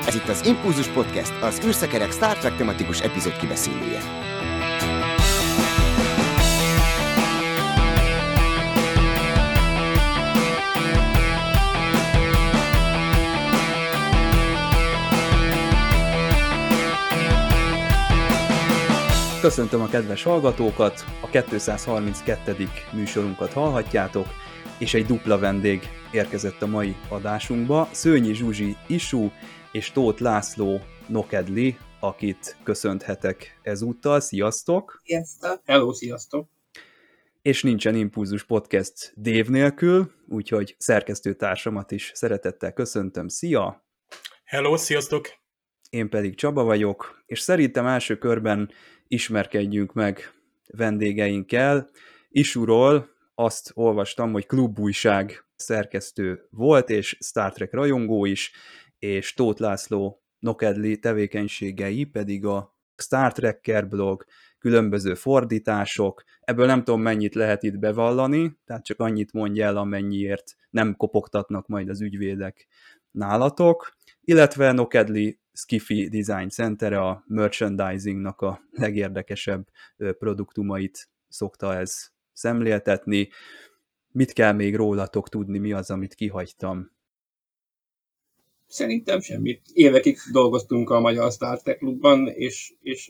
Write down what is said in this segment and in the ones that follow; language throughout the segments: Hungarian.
Ez itt az Impulzus Podcast, az űrszekerek Star Trek tematikus epizód kibeszélője. Köszöntöm a kedves hallgatókat, a 232. műsorunkat hallhatjátok, és egy dupla vendég érkezett a mai adásunkba, Szőnyi Zsuzsi Isú és Tóth László Nokedli, akit köszönhetek ezúttal. Sziasztok! Sziasztok! Hello, sziasztok! És nincsen Impulzus Podcast Dave nélkül, úgyhogy szerkesztőtársamat is szeretettel köszöntöm. Szia! Hello, sziasztok! Én pedig Csaba vagyok, és szerintem első körben ismerkedjünk meg vendégeinkkel. Isúról azt olvastam, hogy klubújság szerkesztő volt, és Star Trek rajongó is, és Tóth László Nokedli tevékenységei pedig a Star Trekker blog, különböző fordítások, ebből nem tudom mennyit lehet itt bevallani, tehát csak annyit mondj el, amennyiért nem kopogtatnak majd az ügyvédek nálatok, illetve Nokedli Skiffy Design Center a merchandisingnak a legérdekesebb produktumait szokta ez szemléltetni. Mit kell még rólatok tudni, mi az, amit kihagytam? Szerintem semmit. Évekig dolgoztunk a Magyar Star Trek klubban, és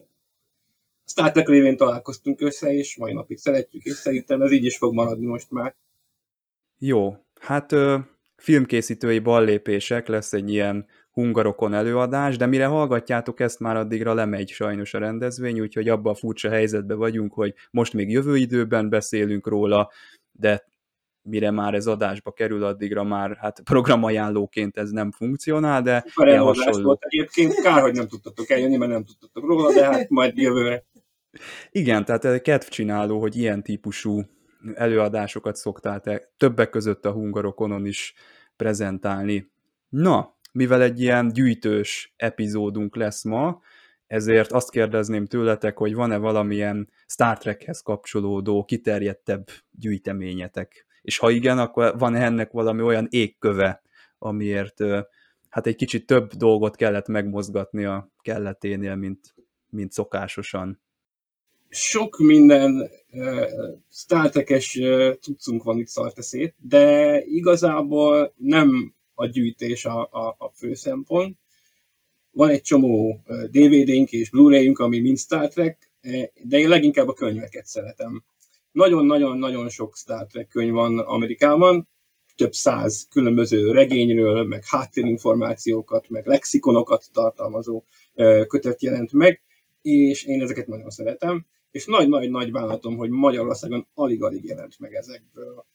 Star Trek révén találkoztunk össze, és mai napig szeretjük, és szerintem ez így is fog maradni most már. Jó, hát filmkészítői ballépések, lesz egy ilyen hungarokon előadás, de mire hallgatjátok ezt, már addigra lemegy sajnos a rendezvény, úgyhogy abban a furcsa helyzetben vagyunk, hogy most még jövő időben beszélünk róla, de mire már ez adásba kerül, addigra már hát programajánlóként ez nem funkcionál, de ilyen hasonló. Volt egyébként, kár, hogy nem tudtatok eljönni, mert nem tudtatok róla, de hát majd jövőre. Igen, tehát ez kedvcsináló, hogy ilyen típusú előadásokat szoktál te többek között a hungarokonon is prezentálni. Na, mivel egy ilyen gyűjtős epizódunk lesz ma, ezért azt kérdezném tőletek, hogy van-e valamilyen Star Trekhez kapcsolódó, kiterjedtebb gyűjteményetek? És ha igen, akkor van ennek valami olyan égköve, amiért hát egy kicsit több dolgot kellett megmozgatni a kelleténél, mint szokásosan. Sok minden Star Trek-es cuccunk van itt szarteszét, de igazából nem a gyűjtés a fő szempont. Van egy csomó DVD-nk és Blu-ray-ünk, ami mind Star Trek, de én leginkább a könyveket szeretem. Nagyon-nagyon-nagyon sok Star Trek könyv van Amerikában, több 100 különböző regényről, meg háttérinformációkat, meg lexikonokat tartalmazó kötet jelent meg, és én ezeket nagyon szeretem, és nagy bánatom, hogy Magyarországon alig-alig jelent meg ezekből.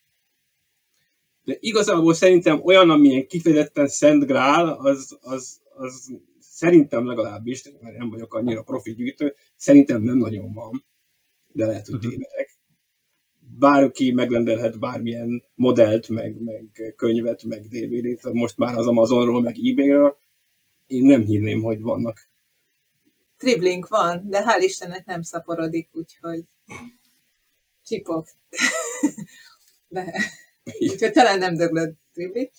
De igazából szerintem olyan, amilyen kifejezetten Szent Grál, az szerintem legalábbis, mert nem vagyok annyira profi gyűjtő, szerintem nem nagyon van, de lehet, hogy tévedek. Bárki megrendelhet bármilyen modellt, meg könyvet, meg DVD-t, most már az Amazonról, meg eBay-ről. Én nem hinném, hogy vannak. Triblink van, de hál' Istennek nem szaporodik, úgyhogy csipog. De úgyhogy talán nem döglött tribli.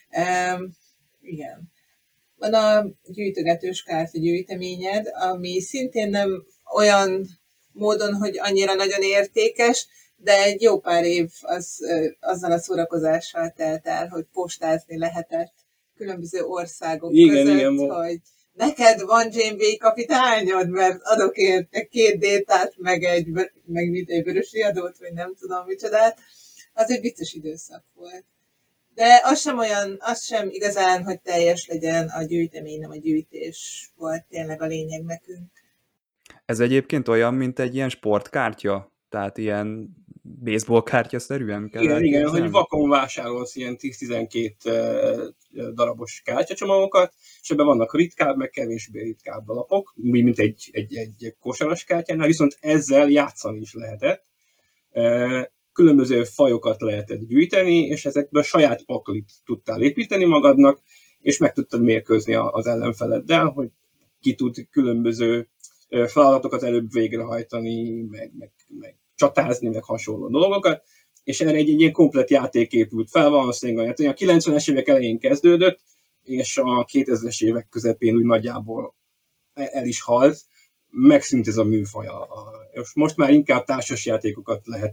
Igen. Van a gyűjtögetős kártya gyűjteményed, ami szintén nem olyan módon, hogy annyira nagyon értékes, de egy jó pár év azzal a szórakozással telt el, hogy postázni lehetett különböző országok között, hogy neked van Janeway kapitányod, mert adok érte 2 détát, meg egy vörös riadót, vagy nem tudom micsodát. Az egy vicces időszak volt. De az sem igazán, hogy teljes legyen a gyűjtemény, nem a gyűjtés volt tényleg a lényeg nekünk. Ez egyébként olyan, mint egy ilyen sportkártya? Tehát ilyen baseball kártya-szerűen kell elképzelni? Igen, hogy vakon vásárolsz ilyen 10-12 darabos kártyacsomagokat, és ebben vannak ritkább, meg kevésbé ritkább lapok, mint egy kosaras kártyánál, viszont ezzel játszani is lehetett. Különböző fajokat lehetett gyűjteni, és ezekből saját paklit tudtál építeni magadnak, és meg tudtad mérkőzni az ellenfeleddel, hogy ki tud különböző feladatokat előbb végrehajtani, meg csatázni, meg hasonló dolgokat, és erre egy ilyen komplett játék épült fel, valószínűleg a 90-es évek elején kezdődött, és a 2000-es évek közepén úgy nagyjából el is halt, megszűnt ez a műfaj. Most már inkább társasjátékokat lehet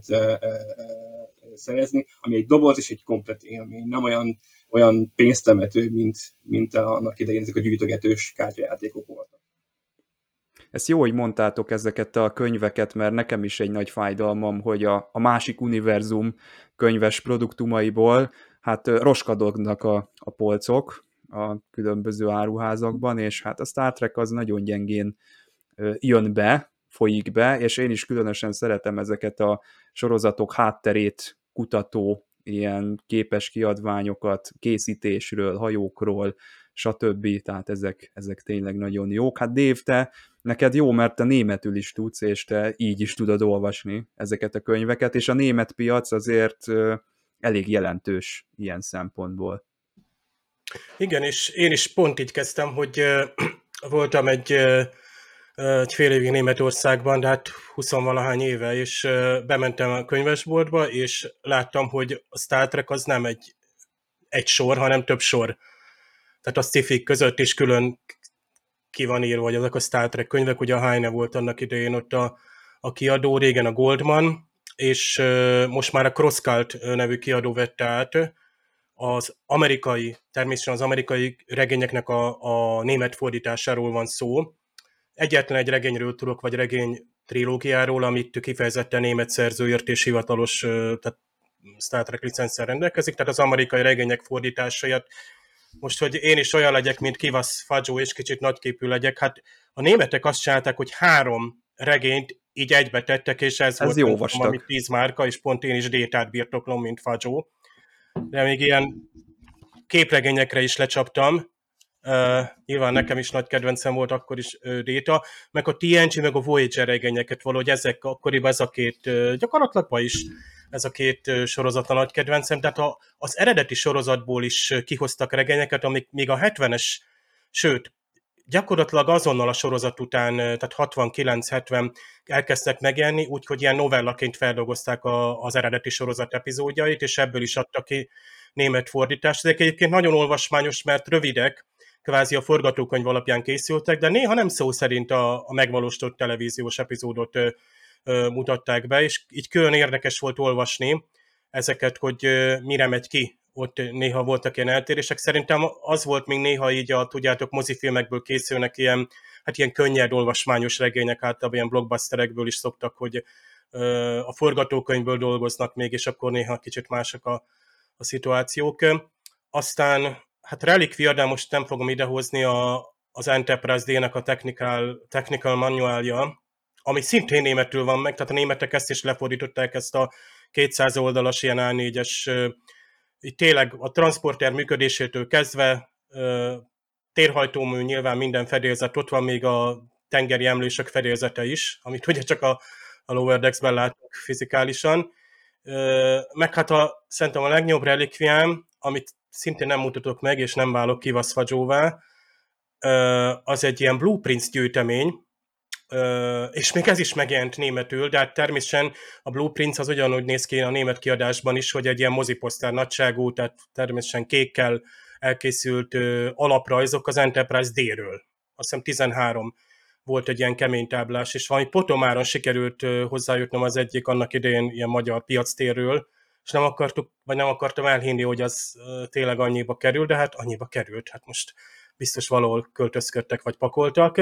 szerezni, ami egy doboz és egy komplett élmény, nem olyan pénztemető, mint annak idején ezek a gyűjtögetős kártyajátékok voltak. Ezt jó, hogy mondtátok ezeket a könyveket, mert nekem is egy nagy fájdalmam, hogy a másik univerzum könyves produktumaiból hát roskadognak a polcok a különböző áruházakban, és hát a Star Trek az nagyon gyengén jön be, folyik be, és én is különösen szeretem ezeket a sorozatok hátterét kutató ilyen képes kiadványokat készítésről, hajókról, stb. Tehát ezek tényleg nagyon jók. Hát Dave, te neked jó, mert te németül is tudsz, és te így is tudod olvasni ezeket a könyveket, és a német piac azért elég jelentős ilyen szempontból. Igen, és én is pont így kezdtem, hogy voltam egy fél évig Németországban, de hát 20-valahány éve, és bementem a könyvesboltba, és láttam, hogy a Star Trek az nem egy sor, hanem több sor. Tehát a sci-fi között is külön ki van írva, hogy azok a Star Trek könyvek, ugye a Heine volt annak idején ott a kiadó, régen a Goldman, és most már a Crosscult nevű kiadó vette át természetesen az amerikai regényeknek a német fordításáról van szó. Egyetlen egy regényről tudok, vagy regény trilógiáról, amit kifejezetten német szerzőért és hivatalos tehát Star Trek licenszel rendelkezik, tehát az amerikai regények fordításaiat. Most, hogy én is olyan legyek, mint Kivas Fajo, és kicsit nagyképű legyek, hát a németek azt csinálták, hogy 3 regényt így egybe tettek, és ez volt jó vastag. 10 márka, és pont én is Détát birtoklom, mint Fajo. De még ilyen képregényekre is lecsaptam. Nyilván nekem is nagy kedvencem volt akkor is Déta, meg a TNG, meg a Voyager regényeket valahogy ezek akkoriban ez a két, gyakorlatilag is ez a két sorozat a nagy kedvencem, tehát az eredeti sorozatból is kihoztak regényeket, amik még a 70-es, sőt, gyakorlatilag azonnal a sorozat után, tehát 69-70 elkezdtek megjelenni, úgyhogy ilyen novellaként feldolgozták az eredeti sorozat epizódjait, és ebből is adtak ki német fordítást. Ezek egyébként nagyon olvasmányos, mert rövidek, kvázi a forgatókönyv alapján készültek, de néha nem szó szerint a megvalósított televíziós epizódot mutatták be, és így külön érdekes volt olvasni ezeket, hogy mire megy ki. Ott néha voltak ilyen eltérések. Szerintem az volt még néha így, tudjátok, mozifilmekből készülnek ilyen könnyed olvasmányos regények, általában ilyen blockbusterekből is szoktak, hogy a forgatókönyvből dolgoznak még, és akkor néha kicsit mások a szituációk. Aztán, hát Relikvia, de most nem fogom idehozni az Enterprise D-nek a technical manuálja, ami szintén németül van meg, tehát a németek ezt is lefordították, ezt a 200 oldalas ilyen A4-es, itt tényleg a transporter működésétől kezdve, térhajtómű, nyilván minden fedélzet, ott van még a tengeri emlősök fedélzete is, amit ugye csak a Lower Decks-ben látunk fizikálisan. Meg hát szerintem a legnagyobb relikviám, amit szintén nem mutatok meg, és nem válok Kivas Fajóvá, az egy ilyen Blueprints gyűjtemény, és még ez is megjelent németül, de hát természetesen a Blueprints az ugyanúgy néz ki a német kiadásban is, hogy egy ilyen moziposzter nagyságú, tehát természetesen kékkel elkészült alaprajzok az Enterprise D-ről. Azt hiszem 13 volt egy ilyen kemény táblás, és valami potomáron sikerült hozzájutnom az egyik annak idején ilyen magyar piactérről, és nem akartam elhinni, hogy az tényleg annyiba kerül, de hát annyiba került. Hát most biztos valahol költözködtek vagy pakoltak.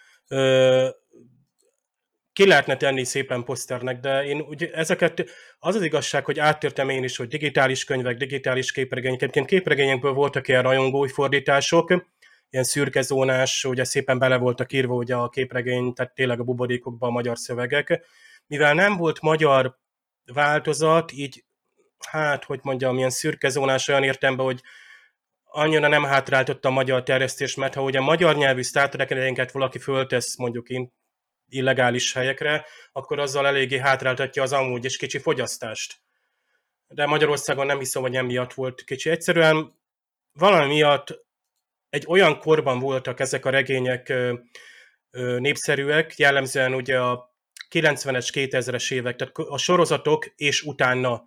Ki lehetne tenni szépen poszternek, de én ugye ezeket, az igazság, hogy áttértem én is, hogy digitális könyvek, digitális képregények, egyébként képregényekből voltak ilyen rajongói fordítások, ilyen szürkezónás, ugye szépen bele voltak írva ugye a képregény, tehát tényleg a buborékokban a magyar szövegek. Mivel nem volt magyar változat, így, hát, hogy mondjam, ilyen szürkezónás olyan értelemben, hogy annyira nem hátráltatta a magyar terjesztés, mert ha ugye magyar nyelvű Star Trek-regényeket valaki föltesz mondjuk illegális helyekre, akkor azzal eléggé hátráltatja az amúgy is kicsi fogyasztást. De Magyarországon nem hiszem, hogy emiatt volt kicsi. Egyszerűen valami miatt egy olyan korban voltak ezek a regények népszerűek, jellemzően ugye a 90-es, 2000-es évek, tehát a sorozatok és utána.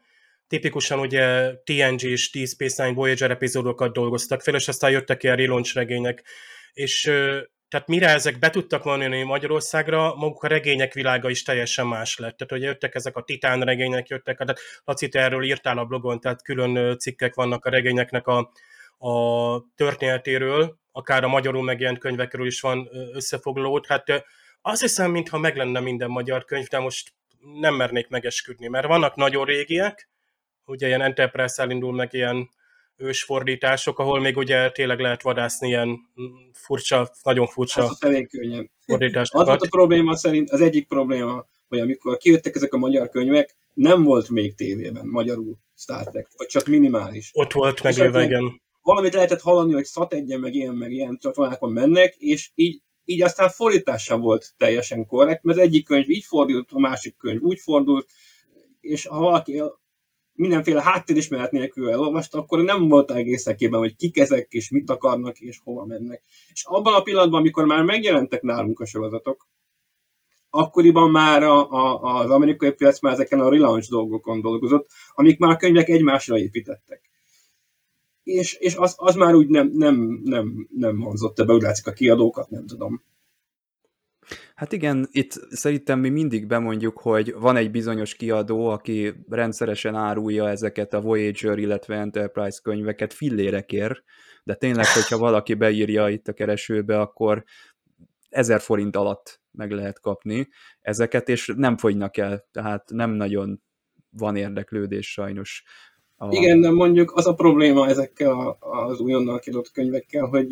tipikusan ugye TNG és Deep Space Nine Voyager epizódokat dolgoztak fel, és aztán jöttek ilyen relaunch regények. És tehát mire ezek be tudtak vonulni Magyarországra, maguk a regények világa is teljesen más lett. Tehát ugye jöttek ezek a Titán regények, tehát Laci, te erről írtál a blogon, tehát külön cikkek vannak a regényeknek a történetéről, akár a magyarul megjelent könyvekről is van összefoglaló. Hát azt hiszem, mintha meg lenne minden magyar könyv, de most nem mernék megesküdni, mert vannak nagyon régiek, ugye ilyen Enterprise elindul meg ilyen ősfordítások, ahol még ugye tényleg lehet vadászni ilyen furcsa, nagyon furcsa fordításokat. Az volt a probléma szerint, az egyik probléma, hogy amikor kijöttek ezek a magyar könyvek, nem volt még tévében magyarul Star Trek, vagy csak minimális. Ott volt megléve, igen. Valamit lehetett hallani, hogy Sat1-en meg ilyen csatornákon mennek, és így aztán fordítás sem volt teljesen korrekt, mert az egyik könyv így fordult, a másik könyv úgy fordult, és ha valaki mindenféle háttérismeret nélkül elolvasta, akkor nem volt egészen képben, hogy kik ezek, és mit akarnak, és hova mennek. És abban a pillanatban, amikor már megjelentek nálunk a sorozatok, akkoriban már az amerikai piac már ezeken a relaunch dolgokon dolgozott, amik már a könyvek egymásra építettek. És az már úgy nem vonzott be, úgy látszik a kiadókat, nem tudom. Hát igen, itt szerintem mi mindig bemondjuk, hogy van egy bizonyos kiadó, aki rendszeresen árulja ezeket a Voyager, illetve Enterprise könyveket fillérekért, de tényleg, hogyha valaki beírja itt a keresőbe, akkor 1000 forint alatt meg lehet kapni ezeket, és nem fogynak el, tehát nem nagyon van érdeklődés sajnos. Igen, de mondjuk az a probléma ezekkel az újonnan kiadott könyvekkel, hogy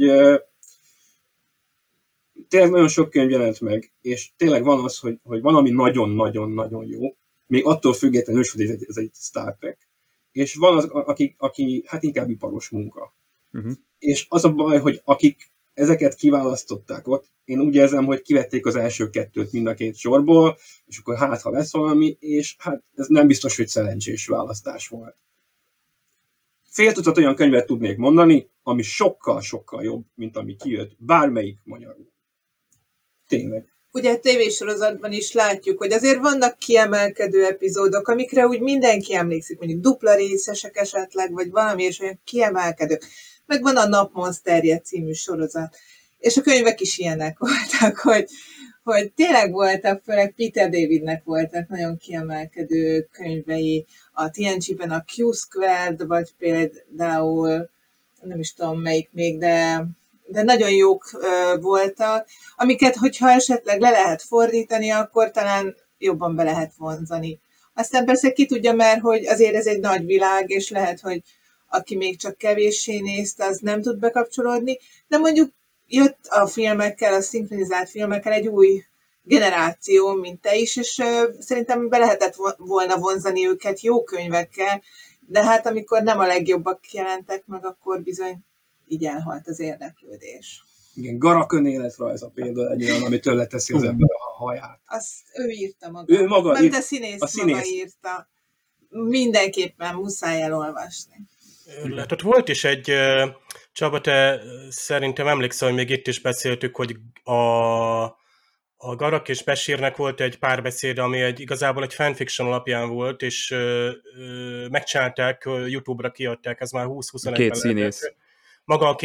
tényleg nagyon sok könyv jelent meg, és tényleg van az, hogy van, ami nagyon-nagyon-nagyon jó, még attól függetlenül is, hogy ez egy Star Trek. És van az, aki hát inkább iparos munka. Uh-huh. És az a baj, hogy akik ezeket kiválasztották ott, én úgy érzem, hogy kivették az első kettőt mind a két sorból, és akkor hát, ha lesz valami, és hát ez nem biztos, hogy szerencsés választás volt. Fél tucat olyan könyvet tudnék mondani, ami sokkal-sokkal jobb, mint ami kijött bármelyik magyarul. Tényleg. Ugye a tévésorozatban is látjuk, hogy azért vannak kiemelkedő epizódok, amikre úgy mindenki emlékszik, mondjuk dupla részesek esetleg, vagy valami és olyan kiemelkedők. Meg van a Napmonsterje című sorozat. És a könyvek is ilyenek voltak, hogy tényleg voltak, főleg Peter Davidnek voltak nagyon kiemelkedő könyvei, a TNG-ben a Q-Squared, vagy például, nem is tudom melyik még, de nagyon jók voltak, amiket, hogyha esetleg le lehet fordítani, akkor talán jobban be lehet vonzani. Aztán persze ki tudja már, hogy azért ez egy nagy világ, és lehet, hogy aki még csak kevéssé nézte, az nem tud bekapcsolódni, de mondjuk jött a filmekkel, a szinkronizált filmekkel egy új generáció, mint te is, és szerintem be lehetett volna vonzani őket jó könyvekkel, de hát amikor nem a legjobbak jelentek meg, akkor bizony így elhalt az érdeklődés. Igen, Garak önéletrajza például egy olyan, amitől leteszi az ember a haját. Azt ő írta maga. Ő maga nem, de színész maga írta. Mindenképpen muszáj elolvasni. Ott volt is egy, Csaba, te szerintem emlékszel, hogy még itt is beszéltük, hogy a Garak és Bashirnek volt egy párbeszéd, ami igazából egy fanfiction alapján volt, és megcsinálták, YouTube-ra kiadták, ez már 20-21 Két színész. Maga a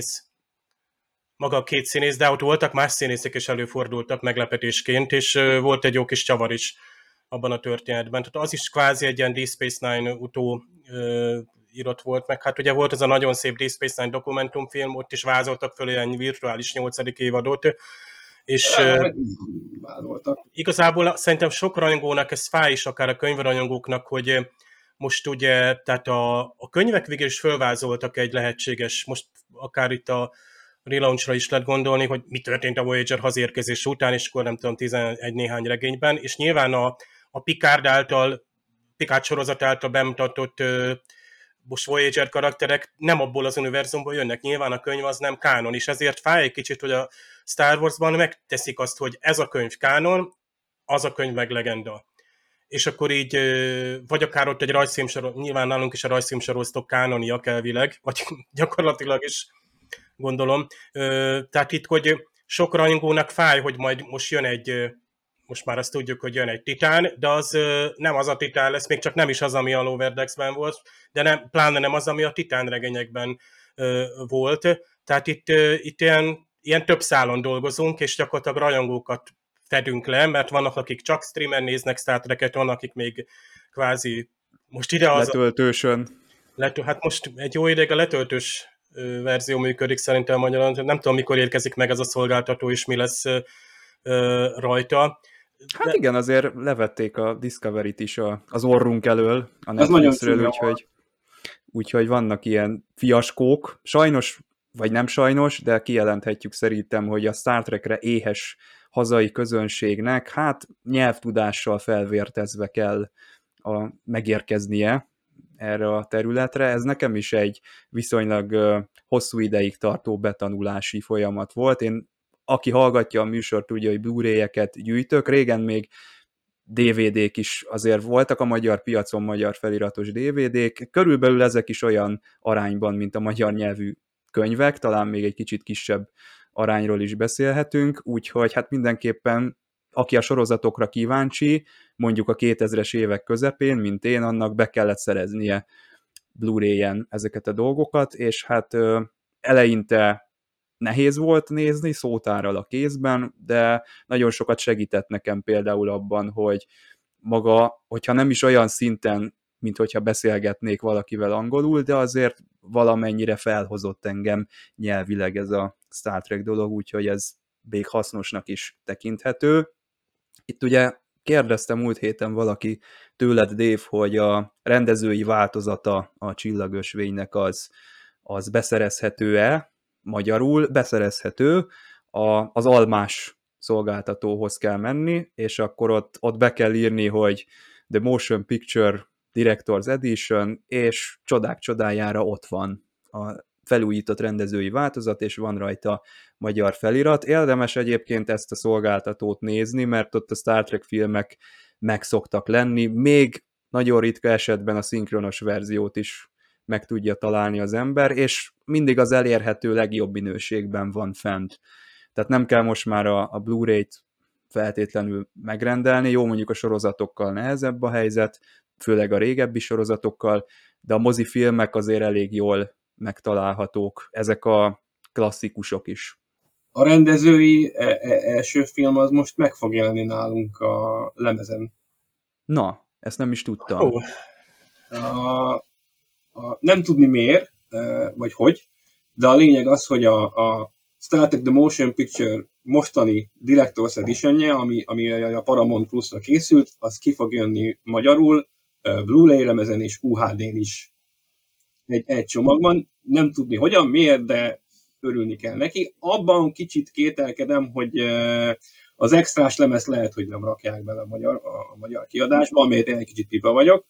két színész, de ott voltak más színészek is előfordultak meglepetésként, és volt egy jó kis csavar is abban a történetben. Tehát az is kvázi egy ilyen Deep Space Nine utó írott volt, meg hát ugye volt ez a nagyon szép Deep Space Nine dokumentumfilm, ott is vázoltak föl ilyen virtuális 8. évadot, és igazából szerintem sok rajongónak ez fáj is, akár a könyvrajongóknak, hogy most ugye, tehát a könyvek végül is fölvázoltak egy lehetséges, most akár itt a relaunchra is lehet gondolni, hogy mi történt a Voyager hazérkezés után, és akkor nem tudom, 11 néhány regényben, és nyilván a Picard sorozat által bemutatott most Voyager karakterek nem abból az univerzumból jönnek, nyilván a könyv az nem kánon, és ezért fáj egy kicsit, hogy a Star Warsban megteszik azt, hogy ez a könyv kánon, az a könyv meg legenda. És akkor így, vagy akár ott egy rajzfilmsorozat, nyilván nálunk is a rajzfilmsorozatok kánoniak elvileg, vagy gyakorlatilag is gondolom. Tehát itt, hogy sok rajongónak fáj, hogy majd most jön egy most már azt tudjuk, hogy jön egy titán, de az nem az a titán lesz, még csak nem is az, ami a Lower Decks-ben volt, de nem, pláne nem az, ami a titán regényekben volt. Tehát itt ilyen több szálon dolgozunk, és gyakorlatilag rajongókat fedünk le, mert vannak, akik csak streamen néznek Star Trek-et, vannak, akik még kvázi most ide az... Letöltősön. Hát most egy jó ideig a letöltős verzió működik szerintem magyarul, nem tudom, mikor érkezik meg ez a szolgáltató, és mi lesz rajta. Hát igen, azért levették a Discovery-t is az orrunk elől, a Netflixről, úgyhogy vannak ilyen fiaskók. Sajnos, vagy nem sajnos, de kijelenthetjük szerintem, hogy a Star Trekre éhes hazai közönségnek, hát nyelvtudással felvértezve kell megérkeznie erre a területre. Ez nekem is egy viszonylag hosszú ideig tartó betanulási folyamat volt. Aki hallgatja a műsort, tudja, hogy Blu-ray-eket gyűjtök. Régen még DVD-k is azért voltak a magyar piacon, magyar feliratos DVD-k. Körülbelül ezek is olyan arányban, mint a magyar nyelvű könyvek, talán még egy kicsit kisebb arányról is beszélhetünk, úgyhogy hát mindenképpen aki a sorozatokra kíváncsi, mondjuk a 2000-es évek közepén, mint én, annak be kellett szereznie Blu-ray-en ezeket a dolgokat, és hát eleinte nehéz volt nézni, szótárral a kézben, de nagyon sokat segített nekem például abban, hogy maga, hogyha nem is olyan szinten, mint hogyha beszélgetnék valakivel angolul, de azért valamennyire felhozott engem nyelvileg ez a Star Trek dolog, úgyhogy ez még hasznosnak is tekinthető. Itt ugye kérdezte múlt héten valaki tőled, Dave, hogy a rendezői változata a Csillagösvénynek az beszerezhető-e? Magyarul beszerezhető, az almás szolgáltatóhoz kell menni, és akkor ott be kell írni, hogy The Motion Picture Director's Edition, és csodák csodájára ott van a felújított rendezői változat, és van rajta magyar felirat. Érdemes egyébként ezt a szolgáltatót nézni, mert ott a Star Trek filmek meg szoktak lenni, még nagyon ritka esetben a szinkronos verziót is meg tudja találni az ember, és mindig az elérhető legjobb minőségben van fent. Tehát nem kell most már a Blu-ray-t feltétlenül megrendelni, jó, mondjuk a sorozatokkal nehezebb a helyzet, főleg a régebbi sorozatokkal, de a mozifilmek azért elég jól megtalálhatók, ezek a klasszikusok is. A rendezői első film az most meg fog jelenni nálunk a lemezen. Na, ezt nem is tudtam. Nem tudni miért, vagy hogy, de a lényeg az, hogy a Star Trek The Motion Picture mostani Director's Edition-je, ami a Paramount Plus-ra készült, az ki fog jönni magyarul, Blu-ray lemezen és UHD-n is egy csomagban. Nem tudni hogyan, miért, de örülni kell neki. Abban kicsit kételkedem, hogy az extrás lemez lehet, hogy nem rakják bele a magyar kiadásba, amelyet én egy kicsit pipa vagyok,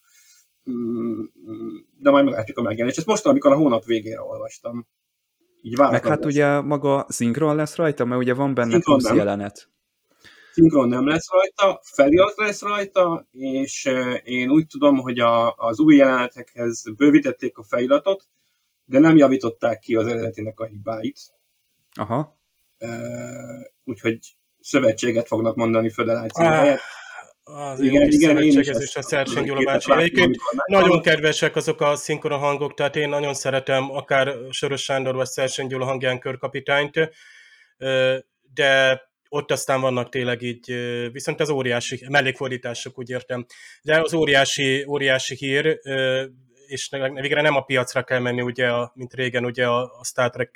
de majd meglátjuk a megjelenést. Ezt most, amikor a hónap végére olvastam. Így meg hát ugye maga szinkron lesz rajta, mert ugye van benne plusz jelenet. Szinkron nem lesz rajta, felirat lesz rajta, és én úgy tudom, hogy az új jelenetekhez bővítették a feliratot, de nem javították ki az eredetinek a hibáit. Aha. Úgyhogy szövetséget fognak mondani föderáció helyett. Igen, szövetségezés a Szersény Gyula bácsi. Egyébként nagyon kedvesek azok a szinkron hangok, tehát én nagyon szeretem akár Soros Sándor vagy Szersény Gyula hangján körkapitányt, de ott aztán vannak tényleg így, viszont az óriási, mellékfordítások, úgy értem, de az óriási hír, és végre nem a piacra kell menni, ugye, mint régen ugye a Star Trek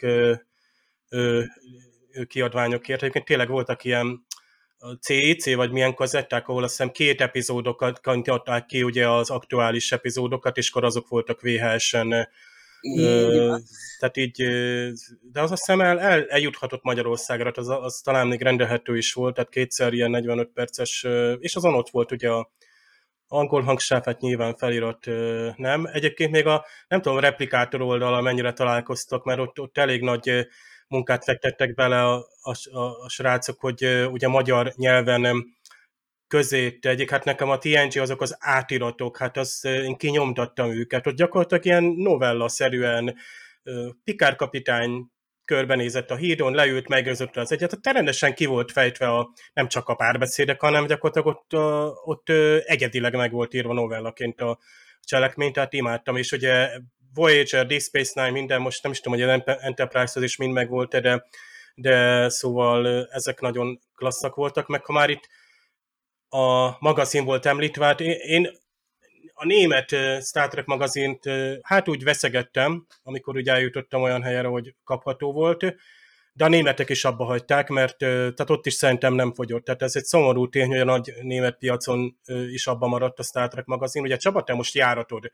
kiadványokért. Egyébként tényleg voltak ilyen CIC, vagy milyen kazetták, ahol azt hiszem 2 epizódokat adták ki, ugye az aktuális epizódokat, és akkor azok voltak VHS-en. Tehát így, de az azt hiszem eljuthatott Magyarországra, az talán még rendelhető is volt, tehát 2 ilyen 45 perces, és azon ott volt ugye a angol hangsáv, hát nyilván felirat nem. Egyébként még nem tudom, a replikátor oldala mennyire találkoztak, mert ott elég nagy munkát fektettek bele a srácok, hogy ugye magyar nyelven közé tegyék. Hát nekem a TNG azok az átiratok, hát én kinyomtattam őket. Ott gyakorlatilag ilyen novella-szerűen Picard kapitány körbenézett a hídon, leült, megőzött az egyet, tehát rendesen ki volt fejtve nem csak a párbeszédek, hanem gyakorlatilag ott egyedileg meg volt írva novellaként a cselekmény, tehát imádtam, és ugye Voyager, Deep Space Nine, minden, most nem is tudom, hogy az Enterprise-hoz is mind meg volt, de szóval ezek nagyon klasszak voltak, meg ha már itt a magazin volt említve, hát én a német Star Trek magazint hát úgy veszegettem, amikor úgy eljutottam olyan helyre, hogy kapható volt, de a németek is abba hagyták, mert tehát ott is szerintem nem fogyott. Tehát ez egy szomorú tény, hogy a nagy német piacon is abba maradt a Star Trek magazin. Ugye Csaba, te most járatod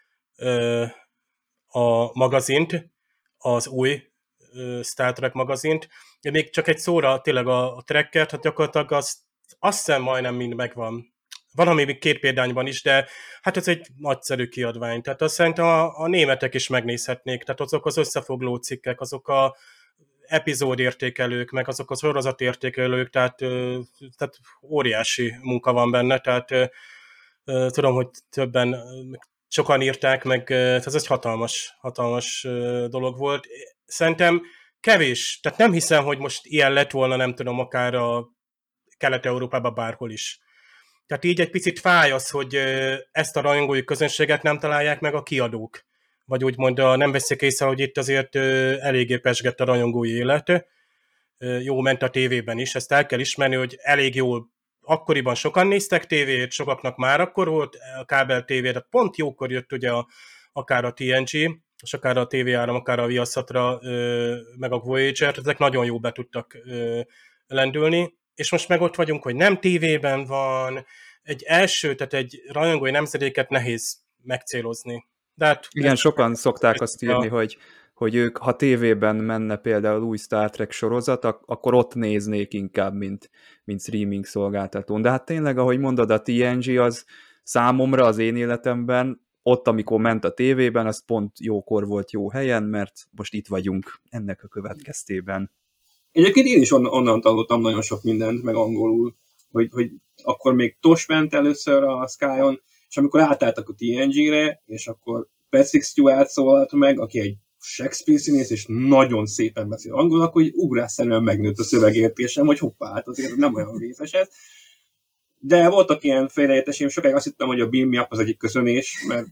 a magazint, az új Star Trek magazint. De még csak egy szóra tényleg a Trekkert, hát gyakorlatilag azt hiszem majdnem mind megvan. Van, ami még 2 példányban is, de hát ez egy nagyszerű kiadvány. Tehát azt szerintem a németek is megnézhetnék. Tehát azok az összefoglaló cikkek, azok a epizódértékelők, meg azok a sorozatértékelők, tehát óriási munka van benne, tehát tudom, hogy sokan írták, meg ez egy hatalmas dolog volt. Szerintem kevés, tehát nem hiszem, hogy most ilyen lett volna, nem tudom, akár a Kelet-Európában bárhol is. Tehát így egy picit fáj az, hogy ezt a rajongói közönséget nem találják meg a kiadók. Vagy úgymond nem veszik észre, hogy itt azért eléggé pesgett a rajongói élet. Jó ment a tévében is, ezt el kell ismerni, hogy elég jól akkoriban sokan néztek tévét, sokaknak már akkor volt a kábel tévé, tehát pont jókor jött ugye akár a TNG, és akár a TV3, akár a Viaszatra, meg a Voyager, ezek nagyon jó be tudtak lendülni, és most meg ott vagyunk, hogy nem tévében van, tehát egy rajongói nemzedéket nehéz megcélozni. De hát, igen, sokan szokták azt írni, hogy ők, ha tévében menne például új Star Trek sorozat, akkor ott néznék inkább, mint streaming szolgáltatón. De hát tényleg, ahogy mondod, a TNG az számomra az én életemben, ott, amikor ment a tévében, az pont jókor volt jó helyen, mert most itt vagyunk ennek a következtében. Egyébként én is onnan tanultam nagyon sok mindent, meg angolul, hogy akkor még TOS ment először a Skyon, és amikor átálltak a TNG-re, és akkor Patrick Stewart szólalt meg, aki egy Shakespeare színész, és nagyon szépen beszél angolul, akkor így ugrásszerűen megnőtt a szövegértésem, hogy hoppá, hát azért nem olyan vészes ez. De voltak ilyen félreértésém, sokáig azt hittem, hogy a beam me up az egyik köszönés, mert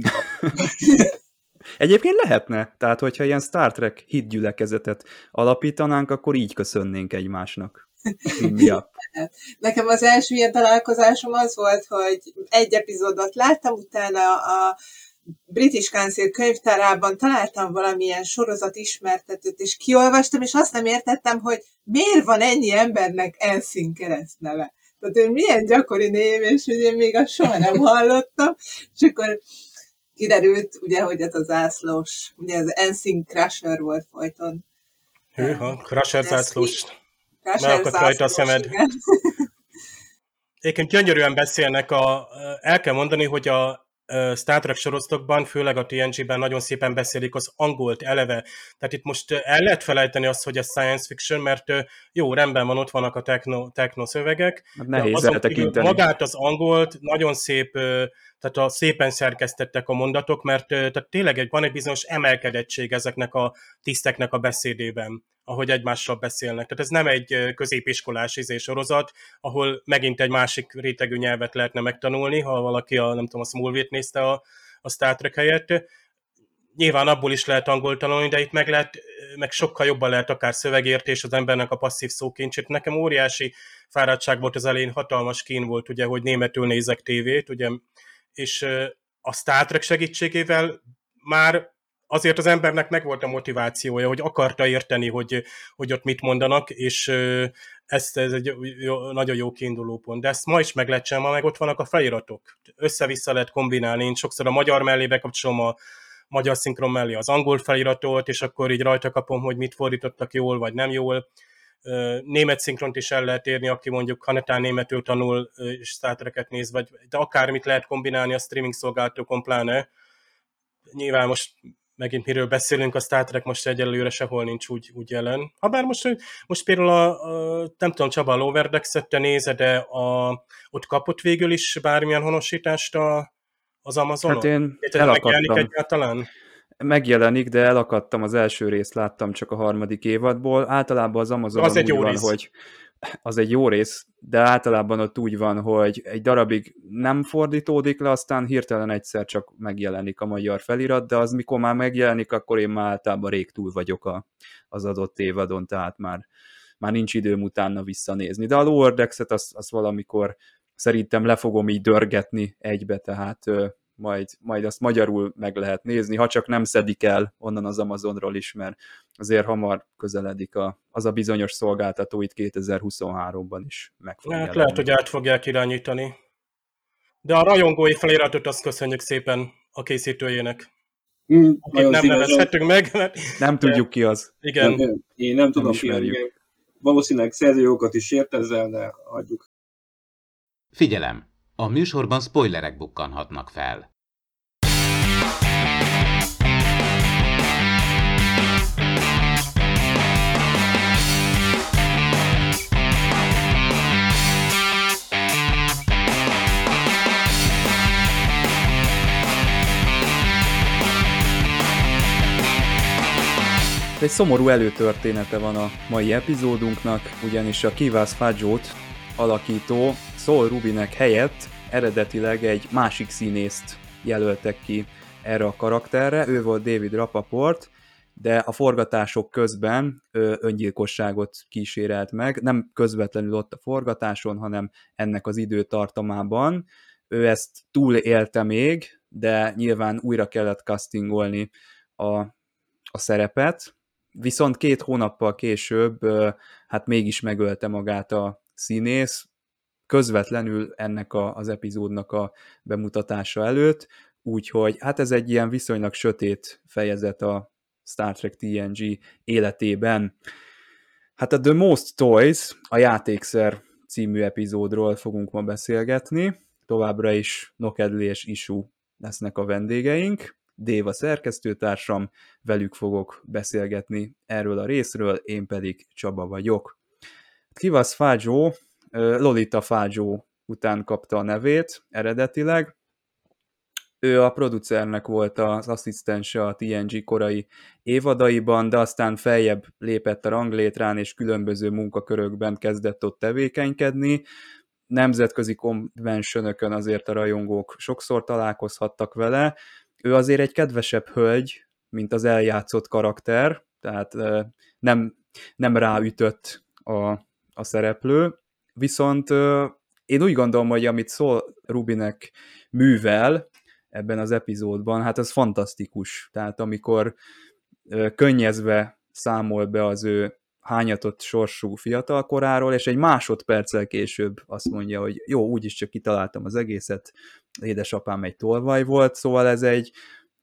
Egyébként lehetne, tehát hogyha ilyen Star Trek hitgyülekezetet alapítanánk, akkor így köszönnénk egymásnak. Beam me up. Nekem az első ilyen találkozásom az volt, hogy egy epizódot láttam, utána a British Council könyvtárában találtam valamilyen sorozat ismertetőt, és kiolvastam, és azt nem értettem, hogy miért van ennyi embernek Ensign keresztneve. Tehát ő milyen gyakori név, és hogy én még azt soha nem hallottam, és akkor kiderült, ugye, hogy ez az zászlós, ugye az Ensign Crusher volt folyton. Hűha, Crusher zászlós. Crusher Megakadt rajta a zászlós, szemed. igen. Egyébként gyönyörűen beszélnek, el kell mondani, hogy a Star Trek sorozatokban, főleg a TNG-ben nagyon szépen beszélik az angolt eleve. Tehát itt most el lehet felejteni azt, hogy ez science fiction, mert jó, rendben van, ott vannak a techno szövegek. Nehéz eltekinteni. Magát az angolt nagyon szép, tehát szépen szerkesztettek a mondatok, mert tehát tényleg van egy bizonyos emelkedettség ezeknek a tiszteknek a beszédében, ahogy egymással beszélnek. Tehát ez nem egy középiskolás sorozat, ahol megint egy másik rétegű nyelvet lehetne megtanulni, ha valaki nem tudom, a Smallville-t nézte a Star Trek helyett. Nyilván abból is lehet angol tanulni, de itt meg sokkal jobban lehet akár szövegértés, az embernek a passzív szókincsét. Nekem óriási fáradtság volt az elején, hatalmas kín volt, ugye, hogy németül nézek tévét, ugye, és a Star Trek segítségével már azért az embernek megvolt a motivációja, hogy akarta érteni, hogy ott mit mondanak, és ez egy nagyon jó kiinduló pont. De ezt ma is meg lehet csinálni, ma meg ott vannak a feliratok. Össze-vissza lehet kombinálni. Én sokszor a magyar mellé bekapcsolom a magyar szinkron mellé az angol feliratot, és akkor így rajta kapom, hogy mit fordítottak jól, vagy nem jól. Német szinkront is el lehet érni, aki mondjuk hanetán németül tanul, és Star Trek-et néz, de akármit lehet kombinálni a streaming szolgáltatókon pláne. Nyilván most megint miről beszélünk, a Star Trek most egyelőre sehol nincs úgy jelen. Habár most például nem tudom, Csaba, a Lower Decks-et te nézed, de ott kapott végül is bármilyen honosítást az Amazonon? Hát én elakadtam. Egyáltalán? megjelenik, de elakadtam, az első részt láttam csak a 3. évadból. Általában az Amazonon Az egy jó úgy van, rész. hogy az egy jó rész, de általában ott úgy van, hogy egy darabig nem fordítódik le, aztán hirtelen egyszer csak megjelenik a magyar felirat, de az mikor már megjelenik, akkor én már általában rég túl vagyok az adott évadon, tehát már nincs időm utána visszanézni. De a Lower Decks-et azt valamikor szerintem le fogom így dörgetni egybe, tehát majd azt magyarul meg lehet nézni, ha csak nem szedik el onnan az Amazonról is, mert azért hamar közeledik az a bizonyos szolgáltató, itt 2023-ban is meg fog jelenni. Lehet, hogy át fogják irányítani. De a rajongói feliratot azt köszönjük szépen a készítőjének. Akit nem nevezhetünk meg, mert... Nem tudjuk ki az. Igen. Én nem tudom ismerjük. Valószínűleg szerzőjogokat is ért ezzel, de hagyjuk. Figyelem! A műsorban spoilerek bukkanhatnak fel. Egy szomorú előtörténete van a mai epizódunknak, ugyanis a Kivas Fajo-t alakító Saul Rubinek helyett eredetileg egy másik színészt jelöltek ki erre a karakterre, ő volt David Rappaport, de a forgatások közben öngyilkosságot kísérelt meg, nem közvetlenül ott a forgatáson, hanem ennek az időtartamában. Ő ezt túlélte még, de nyilván újra kellett castingolni a szerepet, viszont 2 hónappal később hát mégis megölte magát a színész, közvetlenül ennek az epizódnak a bemutatása előtt, úgyhogy hát ez egy ilyen viszonylag sötét fejezet a Star Trek TNG életében. Hát a The Most Toys, a Játékszer című epizódról fogunk ma beszélgetni, továbbra is Nokedli és Isu lesznek a vendégeink, Dave a szerkesztőtársam, velük fogok beszélgetni erről a részről, én pedig Csaba vagyok. Kivas Fajo, Lolita Fajo után kapta a nevét eredetileg. Ő a producernek volt az asszisztense a TNG korai évadaiban, de aztán feljebb lépett a ranglétrán, és különböző munkakörökben kezdett ott tevékenykedni. Nemzetközi konventionökön azért a rajongók sokszor találkozhattak vele. Ő azért egy kedvesebb hölgy, mint az eljátszott karakter, tehát nem ráütött a szereplő, viszont én úgy gondolom, hogy amit Saul Rubinek művel ebben az epizódban, hát ez fantasztikus. Tehát amikor könnyezve számol be az ő hányatott sorsú fiatalkoráról, és egy másodperccel később azt mondja, hogy jó, úgyis csak kitaláltam az egészet, édesapám egy tolvaj volt, szóval ez egy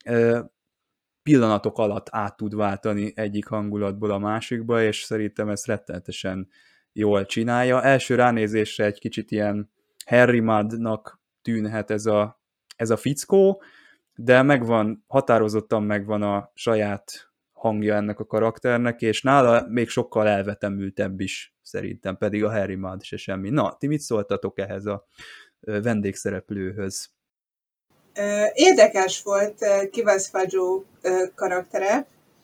pillanatok alatt át tud váltani egyik hangulatból a másikba, és szerintem ezt rettenetesen jól csinálja. Első ránézésre egy kicsit ilyen Harry Mudd-nak tűnhet ez a fickó, de határozottan megvan a saját hangja ennek a karakternek, és nála még sokkal elvetemültebb is, szerintem, pedig a Harry Mudd se semmi. Na, ti mit szóltatok ehhez a vendégszereplőhöz? Érdekes volt Kivas Fajo karaktere,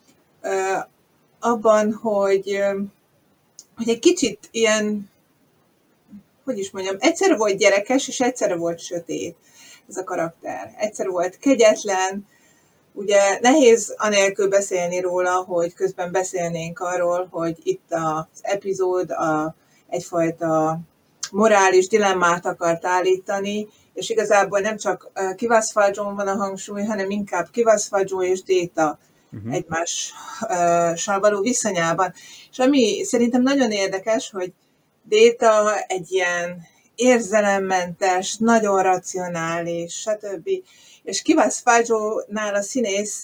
abban, hogy egy kicsit ilyen, hogy is mondjam, egyszerre volt gyerekes, és egyszerre volt sötét ez a karakter. Egyszerre volt kegyetlen, ugye nehéz anélkül beszélni róla, hogy közben beszélnénk arról, hogy itt az epizód egyfajta morális dilemmát akart állítani, és igazából nem csak Kivas Fajon van a hangsúly, hanem inkább Kivas Fajo és Data egymással való viszonyában. És ami szerintem nagyon érdekes, hogy Data egy ilyen érzelemmentes, nagyon racionális, stb. És Kivas Fajonál a színész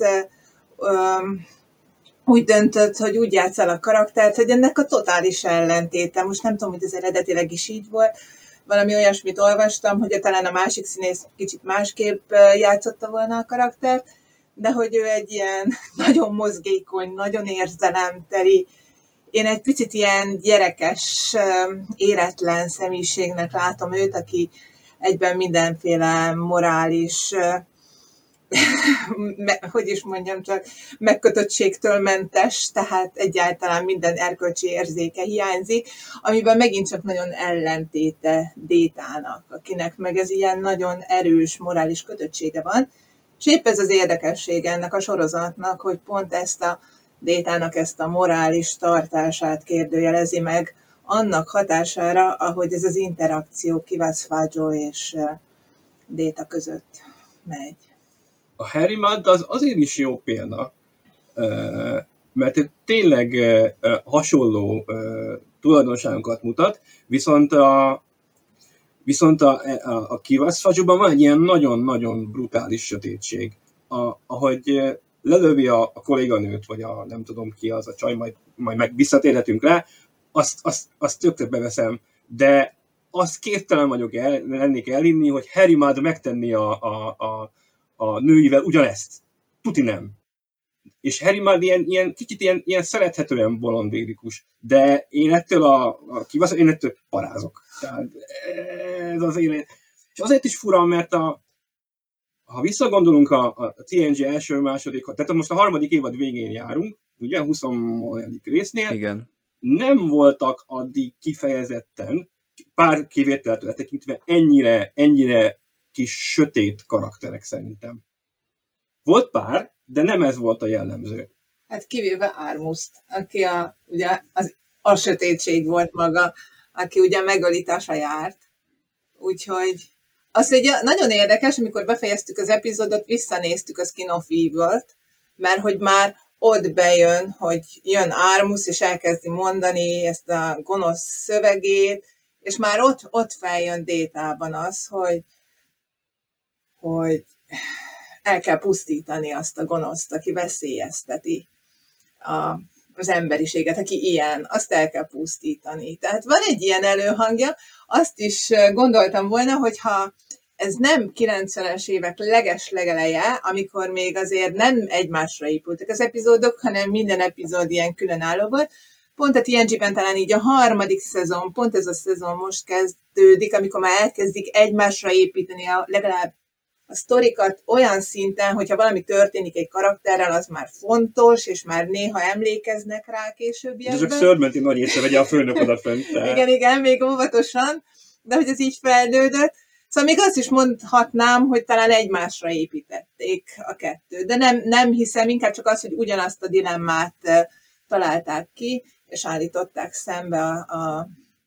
úgy döntött, hogy úgy játssza a karaktert, hogy ennek a totális ellentéte. Most nem tudom, hogy ez eredetileg is így volt. Valami olyasmit olvastam, hogy talán a másik színész kicsit másképp játszotta volna a karaktert, de hogy ő egy ilyen nagyon mozgékony, nagyon érzelemteli, én egy picit ilyen gyerekes, éretlen személyiségnek látom őt, aki egyben mindenféle morális hogy is mondjam csak, megkötöttségtől mentes, tehát egyáltalán minden erkölcsi érzéke hiányzik, amiben megint csak nagyon ellentéte Détának, akinek meg ez ilyen nagyon erős morális kötöttsége van, és épp ez az érdekessége ennek a sorozatnak, hogy pont ezt a Détának ezt a morális tartását kérdőjelezi meg annak hatására, ahogy ez az interakció Kivas Fajo és Déta között megy. A Harry Mudd az azért is jó példa, mert tényleg hasonló tulajdonságokat mutat, viszont a Kivas Fajoban van egy ilyen nagyon-nagyon brutális sötétség. Ahogy lelövi a kolléganőt, vagy nem tudom ki az a csaj, majd visszatérhetünk rá, azt tökre beveszem, de azt képtelen vagyok lennék elhinni, hogy Harry Mudd megtenni a nőivel ugyanezt. Tuti nem. És Harry Mudd kicsit ilyen szerethetően bolondérikus, de én ettől én ettől parázok. Tehát ez az élet. És azért is fura, mert ha visszagondolunk a TNG első-második, tehát most a harmadik évad végén járunk, ugye, 20. résznél, Igen. Nem voltak addig kifejezetten, pár kivételtől tekintve ennyire kis sötét karakterek szerintem. Volt pár, de nem ez volt a jellemző. Hát kivéve Ármuszt, aki ugye a sötétség volt maga, aki ugye megölítása járt. Úgyhogy az ugye nagyon érdekes, amikor befejeztük az epizódot, visszanéztük a Skin of Evil-t, mert hogy már ott bejön, hogy jön Ármusz, és elkezdi mondani ezt a gonosz szövegét, és már ott feljön Détában az, hogy el kell pusztítani azt a gonoszt, aki veszélyezteti az emberiséget, aki ilyen, azt el kell pusztítani. Tehát van egy ilyen előhangja, azt is gondoltam volna, hogyha ez nem 90-es évek legeslegeleje, amikor még azért nem egymásra épültek az epizódok, hanem minden epizód ilyen különálló volt. Pont a TNG-ben talán így a harmadik szezon, pont ez a szezon most kezdődik, amikor már elkezdik egymásra építeni legalább a sztorikat olyan szinten, hogyha valami történik egy karakterrel, az már fontos, és már néha emlékeznek rá későbbiekben. De csak szörmenti nagy észrevegye a főnök odafent. Igen, még óvatosan, de hogy ez így fejlődött. Szóval még azt is mondhatnám, hogy talán egymásra építették a kettőt, de nem hiszem, inkább csak az, hogy ugyanazt a dilemmát találták ki, és állították szembe a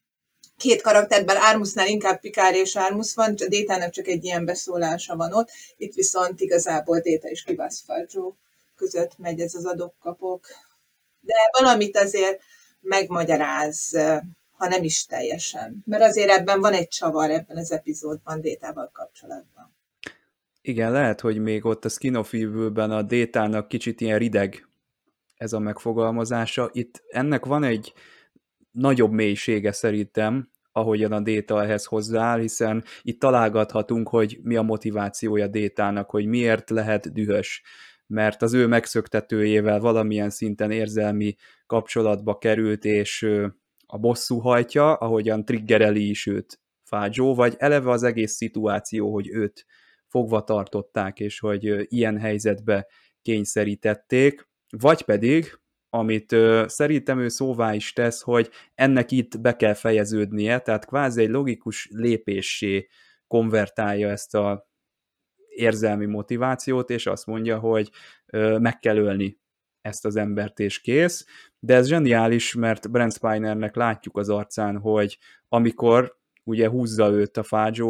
két karakterben. Ármusznál inkább Picard és Ármusz van, a Détának csak egy ilyen beszólása van ott, itt viszont igazából Déta és Kivas Fajo között megy ez az adok-kapok. De valamit azért megmagyaráz, ha nem is teljesen. Mert azért ebben van egy csavar ebben az epizódban Détával kapcsolatban. Igen, lehet, hogy még ott a Skin of Evil-ben a Détának kicsit ilyen rideg ez a megfogalmazása. Itt ennek van egy nagyobb mélysége szerintem, ahogyan a Déta ehhez hozzááll, hiszen itt találgathatunk, hogy mi a motivációja Détának, hogy miért lehet dühös, mert az ő megszöktetőjével valamilyen szinten érzelmi kapcsolatba került, és a bosszú hajtja, ahogyan triggereli is őt Fajo, vagy eleve az egész szituáció, hogy őt fogva tartották, és hogy ilyen helyzetbe kényszerítették, vagy pedig, amit szerintem ő szóvá is tesz, hogy ennek itt be kell fejeződnie, tehát kvázi egy logikus lépéssé konvertálja ezt a érzelmi motivációt, és azt mondja, hogy meg kell ölni ezt az embert, és kész. De ez zseniális, mert Brent Spinernek látjuk az arcán, hogy amikor ugye húzza őt a Fajo,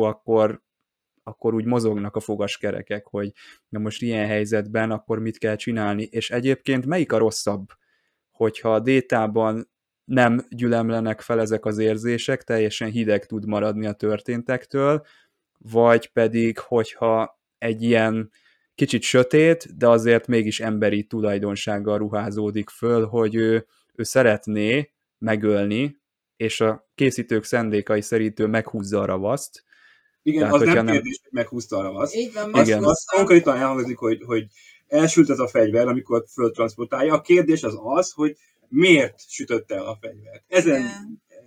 akkor úgy mozognak a fogaskerekek, hogy na most ilyen helyzetben akkor mit kell csinálni, és egyébként melyik a rosszabb, hogyha a Détában nem gyülemlenek fel ezek az érzések, teljesen hideg tud maradni a történtektől, vagy pedig, hogyha egy ilyen kicsit sötét, de azért mégis emberi tulajdonsággal ruházódik föl, hogy ő szeretné megölni, és a készítők szándékai szerint ő meghúzza a ravaszt. Igen, tehát, az nem kérdés, hogy meghúzta a ravaszt. Így van, azt konkrétan elhangzik, hogy elsült ez a fegyver, amikor föltranszportálja. A kérdés az, hogy miért sütötte el a fegyvert.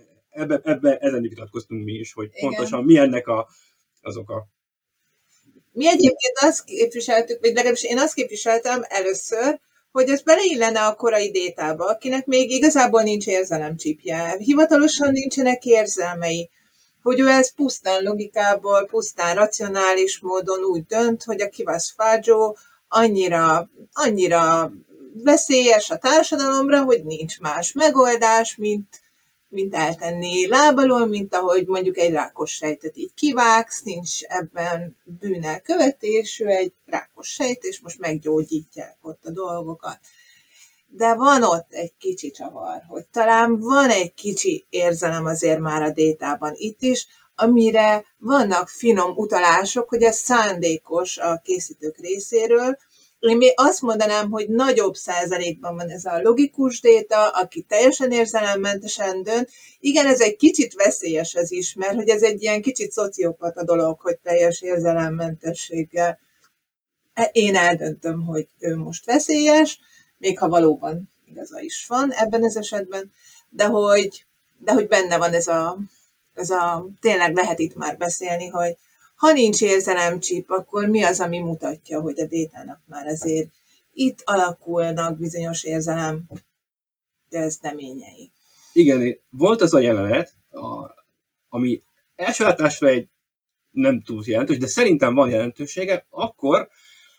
Ezen vitatkoztunk mi is, hogy pontosan mi ennek azok a Mi egyébként azt képviseltük, vagy legalábbis én azt képviseltem először, hogy ez beleillene a korai détába, akinek még igazából nincs érzelemcsípje. Hivatalosan nincsenek érzelmei, hogy ő ez pusztán logikából, pusztán racionális módon úgy dönt, hogy a Kivas Fajo annyira veszélyes a társadalomra, hogy nincs más megoldás, mint eltenni lábalól, mint ahogy mondjuk egy rákos sejtet így kivágsz, nincs ebben bűnelkövetés, ő egy rákos sejt, és most meggyógyítják ott a dolgokat. De van ott egy kicsi csavar, hogy talán van egy kicsi érzelem azért már a détában itt is, amire vannak finom utalások, hogy ez szándékos a készítők részéről. Én még azt mondanám, hogy nagyobb százalékban van ez a logikus déta, aki teljesen érzelemmentesen dönt. Igen, ez egy kicsit veszélyes ez is, mert hogy ez egy ilyen kicsit szociopata dolog, hogy teljes érzelemmentességgel. Én eldöntöm, hogy ő most veszélyes, még ha valóban igaza is van ebben az esetben, de hogy benne van ez a tényleg lehet itt már beszélni, hogy ha nincs érzelemcsíp, akkor mi az, ami mutatja, hogy a détának már azért itt alakulnak bizonyos érzelem kezdeményei. Igen, volt az a jelenet, ami első látásra egy nem túl jelentős, de szerintem van jelentősége, akkor,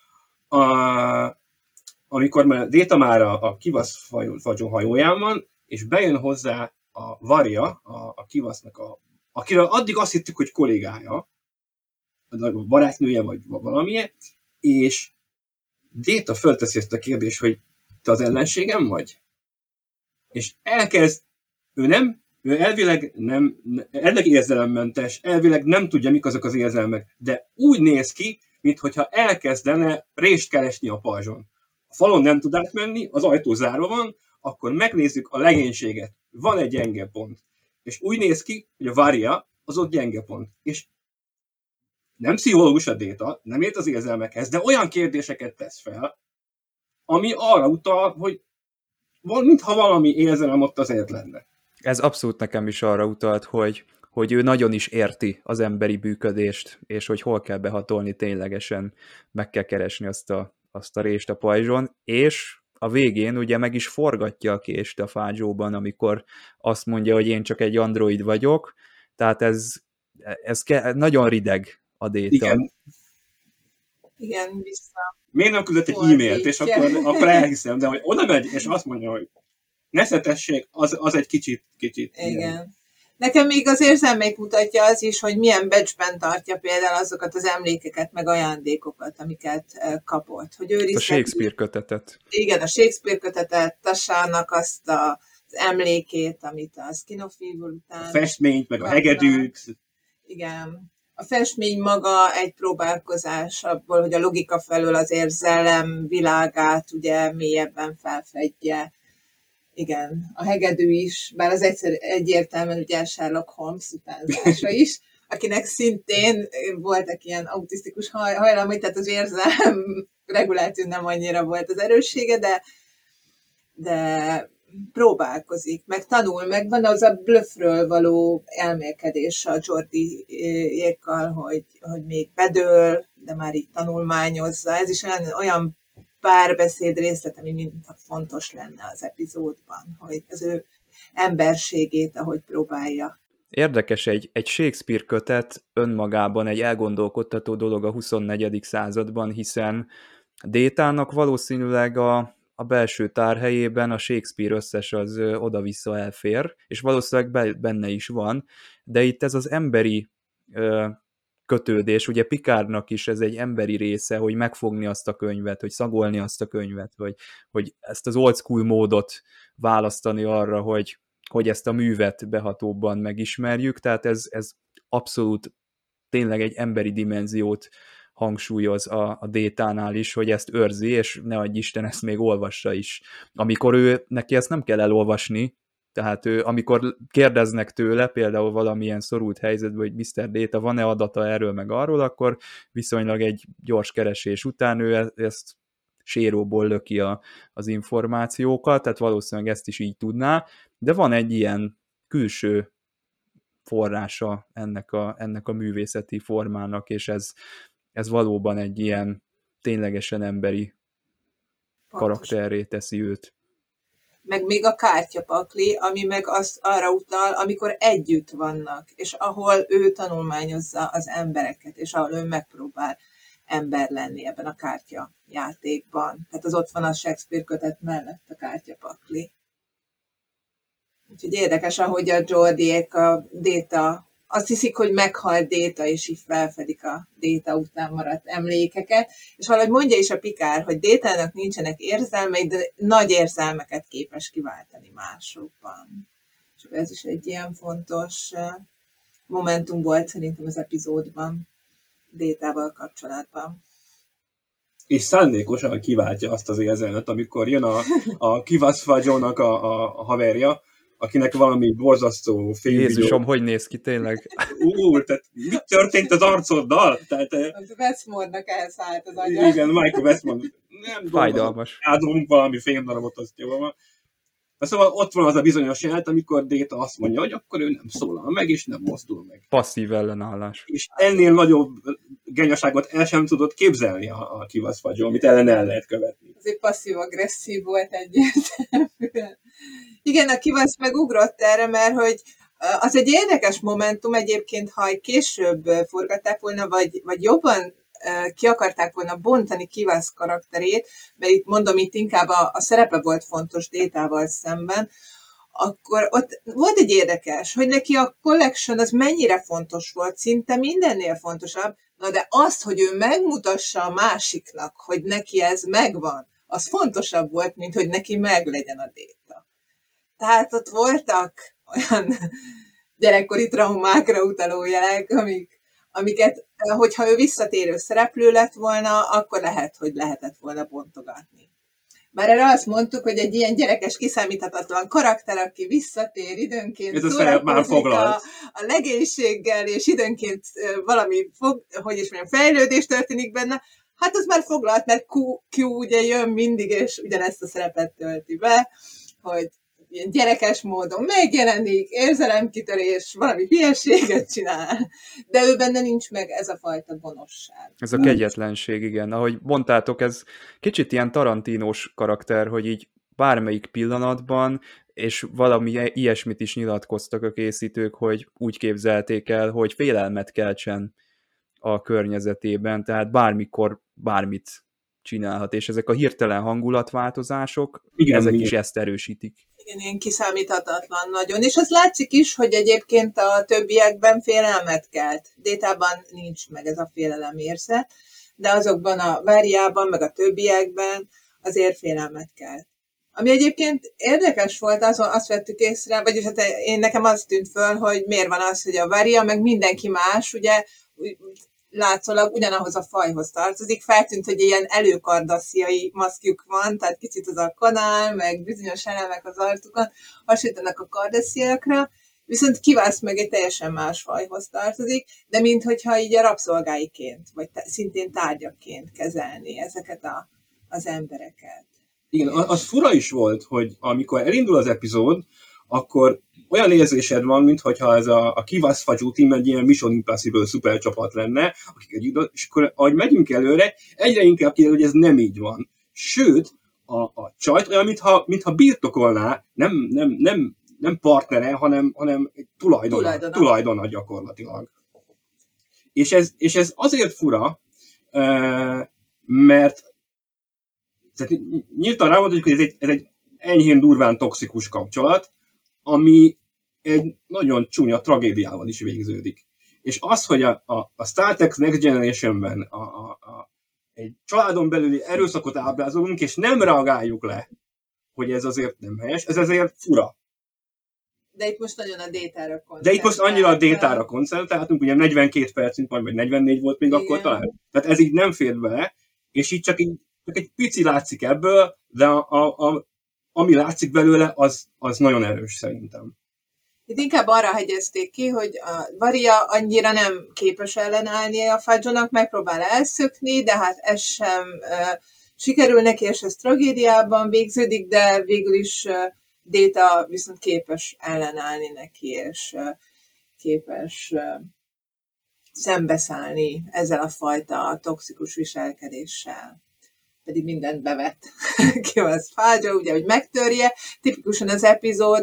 amikor Déta már a Kivas Fajo hajóján van, és bejön hozzá a Varya, a Kivasnak akiről addig azt hittük, hogy kollégája, a barátnője, vagy valamilyen, és Déta fölteszi ezt a kérdést, hogy te az ellenségem vagy? És elkezd, ő elvileg érzelemmentes, elvileg nem tudja, mik azok az érzelmek, de úgy néz ki, mintha elkezdene rést keresni a pajzson. A falon nem tud átmenni, az ajtó zárva van, akkor megnézzük a legénységet. Van egy gyenge pont. És úgy néz ki, hogy a Varya az ott gyenge pont. És nem pszichológus a Déta, nem ért az érzelmekhez, de olyan kérdéseket tesz fel, ami arra utal, hogy mintha valami érzelem ott azért lenne. Ez abszolút nekem is arra utalt, hogy ő nagyon is érti az emberi bűködést, és hogy hol kell behatolni ténylegesen, meg kell keresni azt a rést a pajzson, és a végén ugye meg is forgatja a kést a Fajóban, amikor azt mondja, hogy én csak egy android vagyok, tehát ez nagyon rideg a Déta. Igen, vissza. Miért nem küldött egy e-mailt, és akkor elhiszem, de hogy oda megy, és azt mondja, hogy neszetesség, az egy kicsit. Igen. Ilyen. Nekem még az érzelmék mutatja az is, hogy milyen becsben tartja például azokat az emlékeket, meg ajándékokat, amiket kapott. Hogy a Shakespeare kötetet. Igen, a Shakespeare kötetet, Tassának azt az emlékét, amit a Skin of Evil után... A festményt, meg a hegedűt. Igen. A festmény maga egy próbálkozás abból, hogy a logika felől az érzelem világát ugye mélyebben felfedje. Igen, a hegedű is, bár az egyértelműen ugye Sherlock Holmes utánzása is, akinek szintén voltak ilyen autisztikus hajlamai, tehát az érzelem reguláció nem annyira volt az erőssége, de próbálkozik, meg tanul, meg van az a bluffről való elmélkedés a Jordi-ékkal, hogy még bedől, de már így tanulmányozza. Ez is olyan párbeszéd részlet, ami mintha fontos lenne az epizódban, hogy az ő emberségét, ahogy próbálja. Érdekes, egy Shakespeare kötet önmagában egy elgondolkodtató dolog a 24. században, hiszen Détának valószínűleg a belső tárhelyében a Shakespeare összes az oda-vissza elfér, és valószínűleg benne is van, de itt ez az emberi kötődés, ugye Picardnak is ez egy emberi része, hogy megfogni azt a könyvet, hogy szagolni azt a könyvet, hogy ezt az old school módot választani arra, hogy ezt a művet behatóbban megismerjük, tehát ez abszolút tényleg egy emberi dimenziót hangsúlyoz a Détánál is, hogy ezt őrzi, és ne adj Isten, ezt még olvassa is. Amikor neki ezt nem kell elolvasni, tehát amikor kérdeznek tőle, például valamilyen szorult helyzetben, hogy Mr. Déta, van-e adata erről meg arról, akkor viszonylag egy gyors keresés után ő ezt séróból löki az információkat, tehát valószínűleg ezt is így tudná, de van egy ilyen külső forrása ennek a művészeti formának, és ez valóban egy ilyen ténylegesen emberi karakterré teszi őt. Meg még a kártyapakli, ami meg arra utal, amikor együtt vannak, és ahol ő tanulmányozza az embereket, és ahol ő megpróbál ember lenni ebben a kártyajátékban. Tehát az ott van a Shakespeare kötet mellett a kártyapakli. Úgyhogy érdekes, ahogy a Geordiék a Data, azt hiszik, hogy meghalt Data, és így felfedik a Data után maradt emlékeket, és valahogy mondja is a Picard, hogy Datának nincsenek érzelmei, de nagy érzelmeket képes kiváltani másokban. És ez is egy ilyen fontos momentum volt szerintem az epizódban, Datával kapcsolatban. És szándékosan kiváltja azt az érzelmet, amikor jön a Kivas Fajo-nak a haverja, akinek valami borzasztó fényvideó. Jézusom, hogy néz ki tényleg? Tehát mit történt az arcoddal? Tehát, az Westmore-nak elszállt az agya. Igen, Michael Westmore. Nem fájdalmas. Átolunk valami fémdarabot, azt jól van. Szóval ott van az a bizonyos jelent, amikor Data azt mondja, hogy akkor ő nem szólal meg, és nem mozdul meg. Passzív ellenállás. És ennél nagyobb genyaságot el sem tudott képzelni a Kivas Fajo, amit ellen el lehet követni. Azért passzív-agresszív volt egyértelműen. Igen, a Kivas megugrott erre, mert hogy az egy érdekes momentum egyébként, ha később forgatták volna, vagy jobban ki akarták volna bontani Kivas karakterét, mert itt mondom, itt inkább a szerepe volt fontos Datával szemben, akkor ott volt egy érdekes, hogy neki a collection az mennyire fontos volt, szinte mindennél fontosabb, na de azt, hogy ő megmutassa a másiknak, hogy neki ez megvan, az fontosabb volt, mint hogy neki meglegyen a Data. Tehát ott voltak olyan gyerekkori traumákra utaló jelek, amiket, hogyha ő visszatérő szereplő lett volna, akkor lehet, hogy lehetett volna bontogatni. Már erre azt mondtuk, hogy egy ilyen gyerekes, kiszámíthatatlan karakter, aki visszatér időnként, szórakozik a legénységgel, és időnként valami fejlődés történik benne, hát az már foglalt, mert Q ugye jön mindig, és ugyanezt a szerepet tölti be, hogy ilyen gyerekes módon megjelenik, érzelemkitörés, valami hülyeséget csinál, de ő benne nincs meg ez a fajta gonoszság. Ez a kegyetlenség, igen. Ahogy mondtátok, ez kicsit ilyen Tarantinos karakter, hogy így bármelyik pillanatban, és valami ilyesmit is nyilatkoztak a készítők, hogy úgy képzelték el, hogy félelmet keltsen a környezetében, tehát bármikor bármit csinálhat, és ezek a hirtelen hangulatváltozások, igen, ezek is ezt erősítik. Igen, ilyen kiszámíthatatlan nagyon, és az látszik is, hogy egyébként a többiekben félelmet kelt. Datában nincs meg ez a félelemérzet, de azokban a Variában, meg a többiekben azért félelmet kelt. Ami egyébként érdekes volt, azt vettük észre, vagyis hát nekem az tűnt föl, hogy miért van az, hogy a Varia, meg mindenki más, ugye látszólag ugyanahoz a fajhoz tartozik. Feltűnt, hogy ilyen előkardassziai maszkjuk van, tehát kicsit az a kanál, meg bizonyos elemek az arcukon hasonlítanak a kardassziakra, viszont Kivas meg egy teljesen más fajhoz tartozik, de minthogyha így a rabszolgáiként, vagy szintén tárgyaként kezelni ezeket az embereket. Igen, az fura is volt, hogy amikor elindul az epizód, akkor olyan érzésed van, mintha ez a Kivas Fajo team egy ilyen Mission Impossible szupercsapat lenne, akik együtt, és akkor, ahogy megyünk előre, egyre inkább kiderül, hogy ez nem így van. Sőt, a csajt olyan, mintha birtokolná, nem partnere, hanem egy tulajdona gyakorlatilag. És ez azért fura, mert nyíltan rámondjuk, hogy ez egy enyhén durván toxikus kapcsolat, ami egy nagyon csúnya tragédiával is végződik. És az, hogy a Star Trek Next Generation-ben egy családon belüli erőszakot ábrázolunk, és nem reagáljuk le, hogy ez azért nem helyes, ez azért fura. De itt most nagyon a Datára koncentráltunk. De itt most annyira a Datára koncentráltunk, ugye 42 percünk van, vagy 44 volt még akkor talán. Tehát ez így nem fér bele, és így csak egy pici látszik ebből, de ami látszik belőle, az nagyon erős szerintem. Itt inkább arra hegyezték ki, hogy a Varia annyira nem képes ellenállni a Fajonak, megpróbál elszökni, de hát ez sem sikerül neki, és ez tragédiában végződik, de végül is Data viszont képes ellenállni neki, és képes szembeszállni ezzel a fajta toxikus viselkedéssel. Pedig mindent bevett Kivas Fajo, ugye, hogy megtörje. Tipikusan az epizód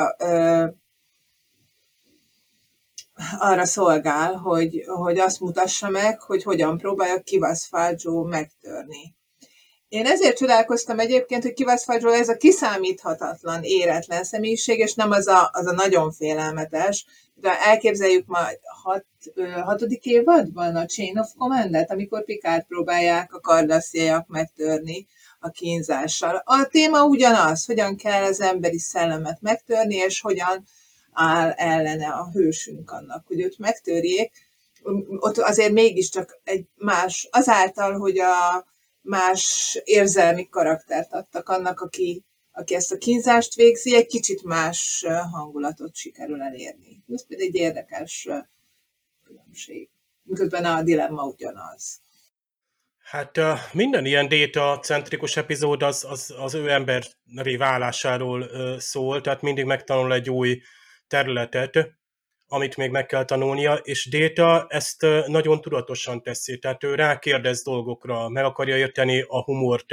arra szolgál, hogy azt mutassa meg, hogy hogyan próbálja Kivas Fajo megtörni. Én ezért csodálkoztam egyébként, hogy Kivas Fajo ez a kiszámíthatatlan, éretlen személyiség, és nem az a nagyon félelmetes. De elképzeljük majd hatodik évadban a Chain of Command-et, amikor Picard próbálják a kardassziaiak megtörni a kínzással. A téma ugyanaz, hogyan kell az emberi szellemet megtörni, és hogyan áll ellene a hősünk annak, hogy őt megtörjék. Ott azért mégiscsak egy más, azáltal, hogy a más érzelmi karaktert adtak annak, aki ezt a kínzást végzi, egy kicsit más hangulatot sikerül elérni. Ez pedig egy érdekes különbség. Miközben a dilemma ugyanaz. Hát minden ilyen Data-centrikus epizód az ő emberi válásáról szól, tehát mindig megtanul egy új területet, amit még meg kell tanulnia, és Data ezt nagyon tudatosan teszi, tehát ő rákérdez dolgokra, meg akarja érteni a humort,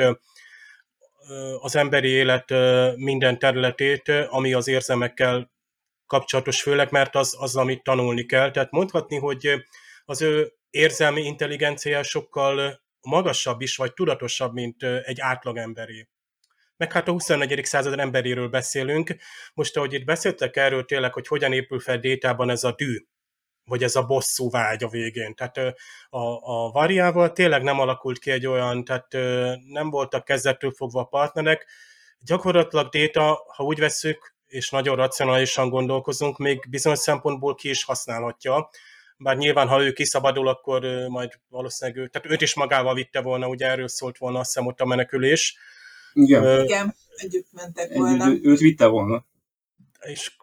az emberi élet minden területét, ami az érzelmekkel kapcsolatos, főleg, mert az, amit tanulni kell. Tehát mondhatni, hogy az ő érzelmi intelligenciája sokkal magasabb is, vagy tudatosabb, mint egy átlagemberé. Meg hát a 21. század emberéről beszélünk. Most, ahogy itt beszéltek erről tényleg, hogy hogyan épül fel Dátában ez a dű, vagy ez a bosszú vágy a végén. Tehát a Variával tényleg nem alakult ki egy olyan, tehát nem voltak kezdettől fogva partnerek. Gyakorlatilag Data, ha úgy vesszük, és nagyon racionálisan gondolkozunk, még bizonyos szempontból ki is használhatja. Bár nyilván, ha ő kiszabadul, akkor majd valószínűleg tehát őt is magával vitte volna, ugye erről szólt volna, azt hiszem, ott a menekülés. Igen, együtt mentek volna. Őt vitte volna. És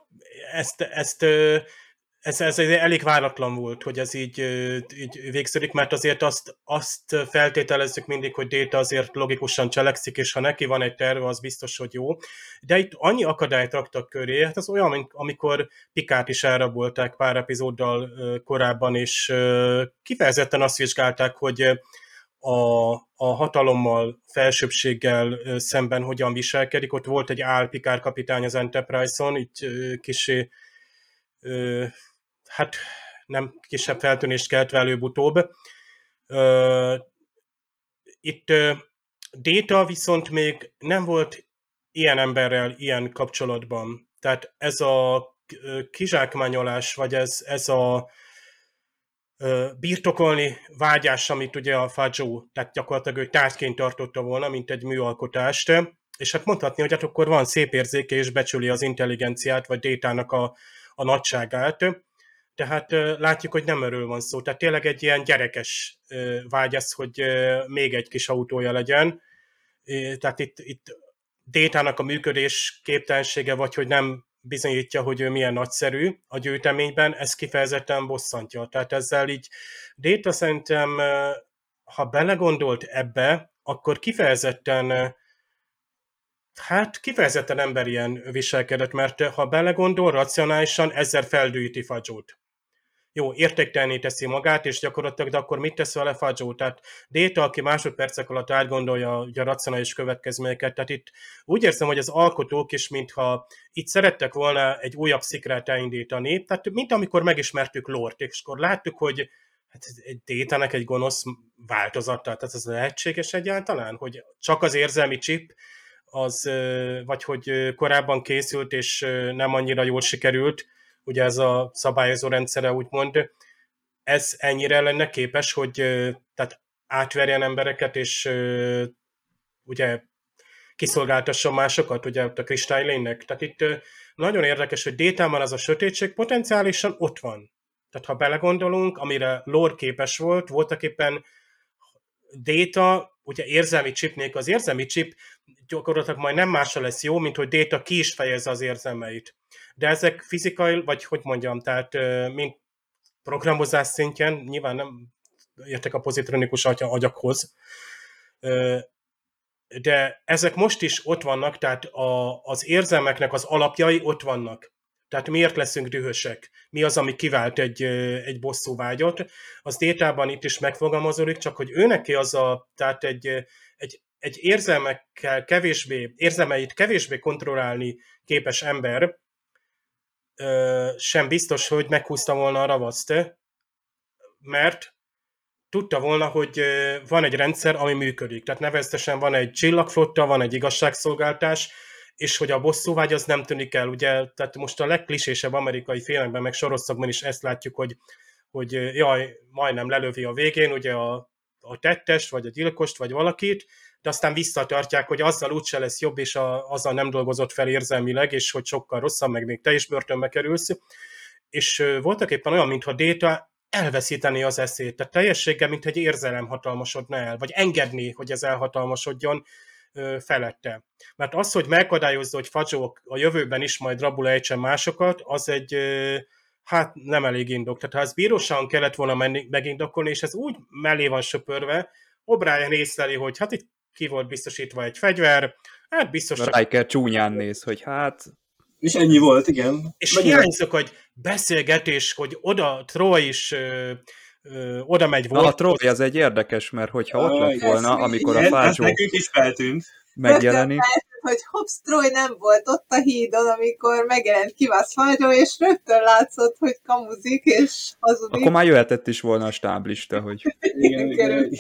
ez elég váratlan volt, hogy ez így végződik, mert azért azt feltételezzük mindig, hogy Data azért logikusan cselekszik, és ha neki van egy terve, az biztos, hogy jó. De itt annyi akadályt raktak köré, hát az olyan, mint amikor Picard is elrabolták pár epizóddal korábban, és kifejezetten azt vizsgálták, hogy a hatalommal, felsőbbséggel szemben hogyan viselkedik. Ott volt egy Picard kapitány az Enterprise-on, itt kicsi, hát nem kisebb feltűnést keltve előbb-utóbb. Itt Data viszont még nem volt ilyen emberrel ilyen kapcsolatban. Tehát ez a kizsákmányolás, vagy ez a birtokolni vágyás, amit ugye a Fajo, tehát gyakorlatilag ő tárgyként tartotta volna, mint egy műalkotást, és hát mondhatni, hogy hát akkor van szép érzéke, és becsüli az intelligenciát, vagy Dátának a nagyságát, tehát látjuk, hogy nem erről van szó. Tehát tényleg egy ilyen gyerekes vágy ez, hogy még egy kis autója legyen. Tehát itt Dátának a működés képtelensége, vagy hogy nem bizonyítja, hogy ő milyen nagyszerű a gyűjteményben, ez kifejezetten bosszantja. Tehát ezzel így Data szerintem, ha belegondolt ebbe, akkor kifejezetten emberien viselkedett, mert ha belegondol, racionálisan ezzel feldűíti Fajót. Jó, értéktelenné teszi magát, és gyakorlatilag, de akkor mit tesz vele Fajó? Tehát Data, aki másodpercek alatt átgondolja a racionális következményeket, tehát itt úgy érzem, hogy az alkotók is, mintha itt szerettek volna egy újabb szikrát elindítani, tehát mint amikor megismertük Lore-t, és akkor láttuk, hogy hát egy Data-nek egy gonosz változata, tehát ez lehetséges egyáltalán, hogy csak az érzelmi chip, az, vagy hogy korábban készült, és nem annyira jól sikerült, ugye ez a szabályozó rendszere úgymond, ez ennyire lenne képes, hogy tehát átverjen embereket, és ugye kiszolgáltasson másokat, ugye a kristálylénynek. Tehát itt nagyon érdekes, hogy Dátában az a sötétség potenciálisan ott van. Tehát ha belegondolunk, amire Lore képes volt, voltaképpen Data, ugye érzelmi chip nélkül, az érzelmi chip gyakorlatilag majd nem másra lesz jó, mint hogy Data ki is fejezze az érzelmeit. De ezek fizikai, vagy hogy mondjam, tehát mint programozás szintjén, nyilván nem értek a pozitronikus agyakhoz, de ezek most is ott vannak, tehát az érzelmeknek az alapjai ott vannak. Tehát miért leszünk dühösek? Mi az, ami kivált egy bosszúvágyat? Az Détában itt is megfogalmazódik, csak hogy ő neki tehát egy érzelmeit kevésbé kontrollálni képes ember sem biztos, hogy meghúzta volna a ravaszt, mert tudta volna, hogy van egy rendszer, ami működik. Tehát nevezetesen van egy csillagflotta, van egy igazságszolgáltás, és hogy a bosszúvágy az nem tűnik el. Ugye, tehát most a legklisésebb amerikai filmekben, meg sorozatokban is ezt látjuk, hogy jaj, majdnem lelövi a végén, ugye a tettest, vagy a gyilkost, vagy valakit, de aztán visszatartják, hogy azzal úgyse lesz jobb, és azzal nem dolgozott fel érzelmileg, és hogy sokkal rosszabb, meg még te is börtönbe kerülsz. És voltak éppen olyan, mintha Data elveszíteni az eszét, tehát teljességgel, mint egy érzelem hatalmasodna el, vagy engedni, hogy ez elhatalmasodjon felette. Mert az, hogy megakadályozza, hogy Fazio a jövőben is majd rabul ejtsen másokat, az egy hát nem elég indok. Tehát ha ez bíróságon kellett volna megindokolni, és ez úgy mellé van söpörve, O'Brien észleli, hogy hát itt ki volt biztosítva egy fegyver, hát biztos csak... Riker csúnyán néz, hogy hát... És ennyi volt, igen. És hiányzik, hogy beszélgetés, hogy oda Troy is oda megy volna. A Troy az egy érdekes, mert hogyha ott lett volna, amikor a Fazio nekünk is feltűnt. Megjelenik. Hogy Hobbs Troy nem volt ott a hídon, amikor megjelent Kivas Fazio, és rögtön látszott, hogy kamuzik, és hazudik. Akkor már jöhetett is volna a stáblista, hogy... Igen.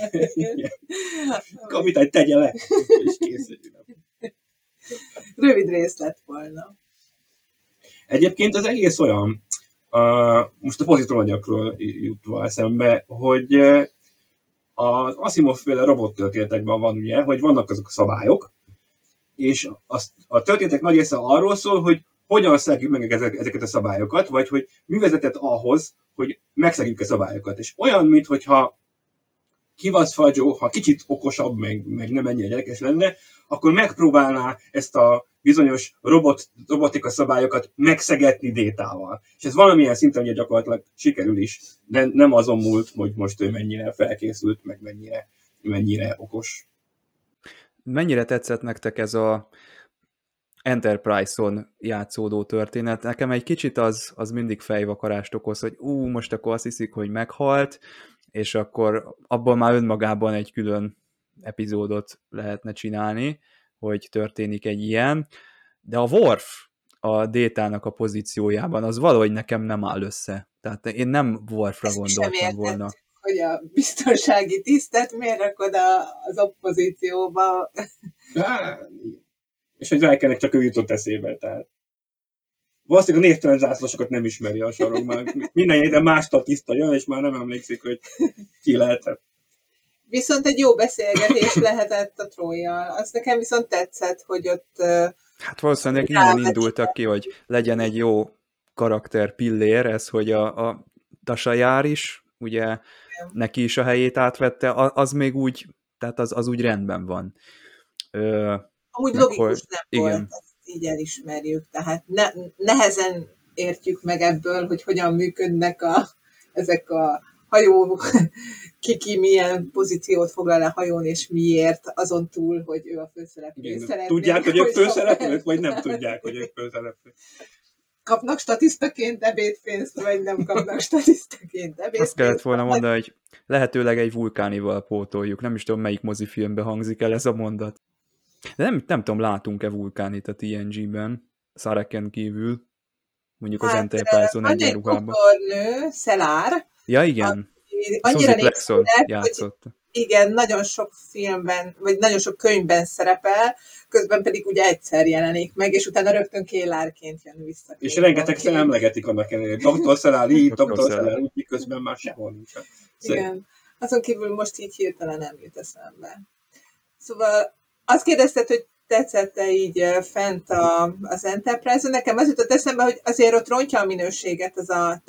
Kapitány, tegye le! És készüljön. Rövid rész lett volna. Egyébként az egész olyan, most a pozitív anyagról jutva eszembe, hogy az Asimov-féle robottörténetekben van ugye, hogy vannak azok a szabályok, és a történetek nagy része arról szól, hogy hogyan szegjük meg ezeket a szabályokat, vagy hogy mi vezetett ahhoz, hogy megszegjük a szabályokat. És olyan, mintha Kivas Fazio, ha kicsit okosabb, meg nem ennyire gyerekes lenne, akkor megpróbálná ezt a bizonyos robotika szabályokat megszegetni Détával. És ez valamilyen szinten ugye gyakorlatilag sikerül is, de nem azon múlt, hogy most ő mennyire felkészült, meg mennyire okos. Mennyire tetszett nektek ez a Enterprise-on játszódó történet? Nekem egy kicsit az mindig fejvakarást okoz, hogy most akkor azt hiszik, hogy meghalt, és akkor abban már önmagában egy külön epizódot lehetne csinálni, hogy történik egy ilyen, de a Worf a Détának a pozíciójában az valahogy nekem nem áll össze. Tehát én nem Worfra gondoltam volna. Hogy a biztonsági tisztet miért rakod az oppozícióba? És hogy Rikernek csak ő jutott eszébe, tehát valószínűleg a névtelen zászlósokat nem ismeri a sarokban. Minden héten más statiszta jön, és már nem emlékszik, hogy ki lehetett. Viszont egy jó beszélgetés lehetett a Troyjal. Azt nekem viszont tetszett, hogy ott... Hát valószínűleg innen indultak ki, hogy legyen egy jó karakter pillér, ez, hogy a Tasha is, ugye neki is a helyét átvette, az még úgy, tehát az úgy rendben van. Amúgy logikus nem volt, ezt így elismerjük, tehát nehezen értjük meg ebből, hogy hogyan működnek ezek a hajó, ki milyen pozíciót foglal a hajón, és miért, azon túl, hogy ő a főszereplő. Tudják, hogy ők főszereplők, vagy nem tudják, hogy ők főszereplők? Kapnak statisztaként ebédpénzt, vagy nem kapnak statisztaként ebédpénzt. Azt kellett volna mondani, hogy lehetőleg egy vulkánival pótoljuk. Nem is tudom, melyik mozifilmben hangzik el ez a mondat. De nem tudom, látunk-e vulkánit a TNG-ben, Sareken kívül, mondjuk az Enterprise-on egyenruhában. Van egy doktornő, Szelár. Ja, igen. Annyira Plexon játszott. Igen, nagyon sok filmben, vagy nagyon sok könyvben szerepel, közben pedig ugye egyszer jelenik meg, és utána rögtön Kélárként jön vissza. És rengetegszer emlegetik annak ellenére. Dr. Szelár így, Dr. Szelár úgy, miközben már sehol nincs. Igen. Azon kívül most így hirtelen nem jut eszembe. Szóval azt kérdezted, hogy tetszett-e így fent az Enterprise-on. Nekem az jutott eszembe, hogy azért ott rontja a minőséget az a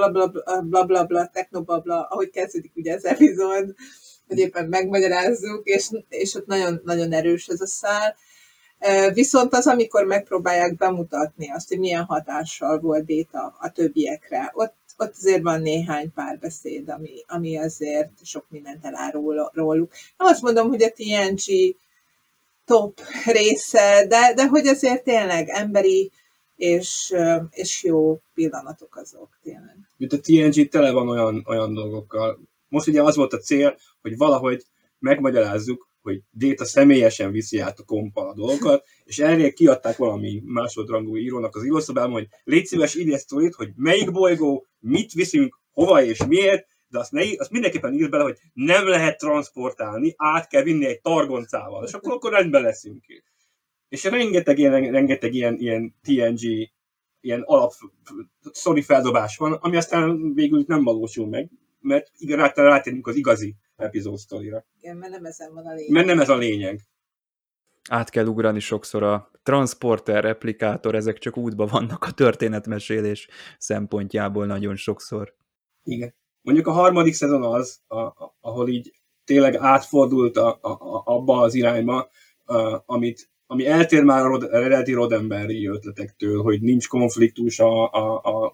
technoblabla, ahogy kezdődik ugye az epizód, hogy éppen megmagyarázzuk, és ott nagyon, nagyon erős ez a szál. Viszont az, amikor megpróbálják bemutatni azt, hogy milyen hatással volt Data a többiekre, ott azért van néhány párbeszéd, ami azért sok mindent elárul róluk. Azt mondom, hogy a TNG top része, de hogy azért tényleg emberi és jó pillanatok azok tényleg. Mint a TNG tele van olyan dolgokkal. Most ugye az volt a cél, hogy valahogy megmagyarázzuk, hogy Data személyesen viszi át a kompa a dolgokat, és erre kiadták valami másodrangú írónak az írószobában, hogy légy szíves, írj egy sztorit, hogy melyik bolygó, mit viszünk, hova és miért, de azt mindenképpen írd bele, hogy nem lehet transportálni, át kell vinni egy targoncával, és akkor rendben leszünk. És rengeteg ilyen TNG, ilyen alap sztori feldobás van, ami aztán végül nem valósul meg, mert rátérünk az igazi epizód sztorira. Igen, mert nem ezen van a lényeg. Mert nem ez a lényeg. Át kell ugrani sokszor a transporter, replikátor, ezek csak útban vannak a történetmesélés szempontjából nagyon sokszor. Igen. Mondjuk a harmadik szezon az, ahol így tényleg átfordult abba az irányba, ami eltér már a eredeti Roddenberry ötletektől, hogy nincs konfliktus a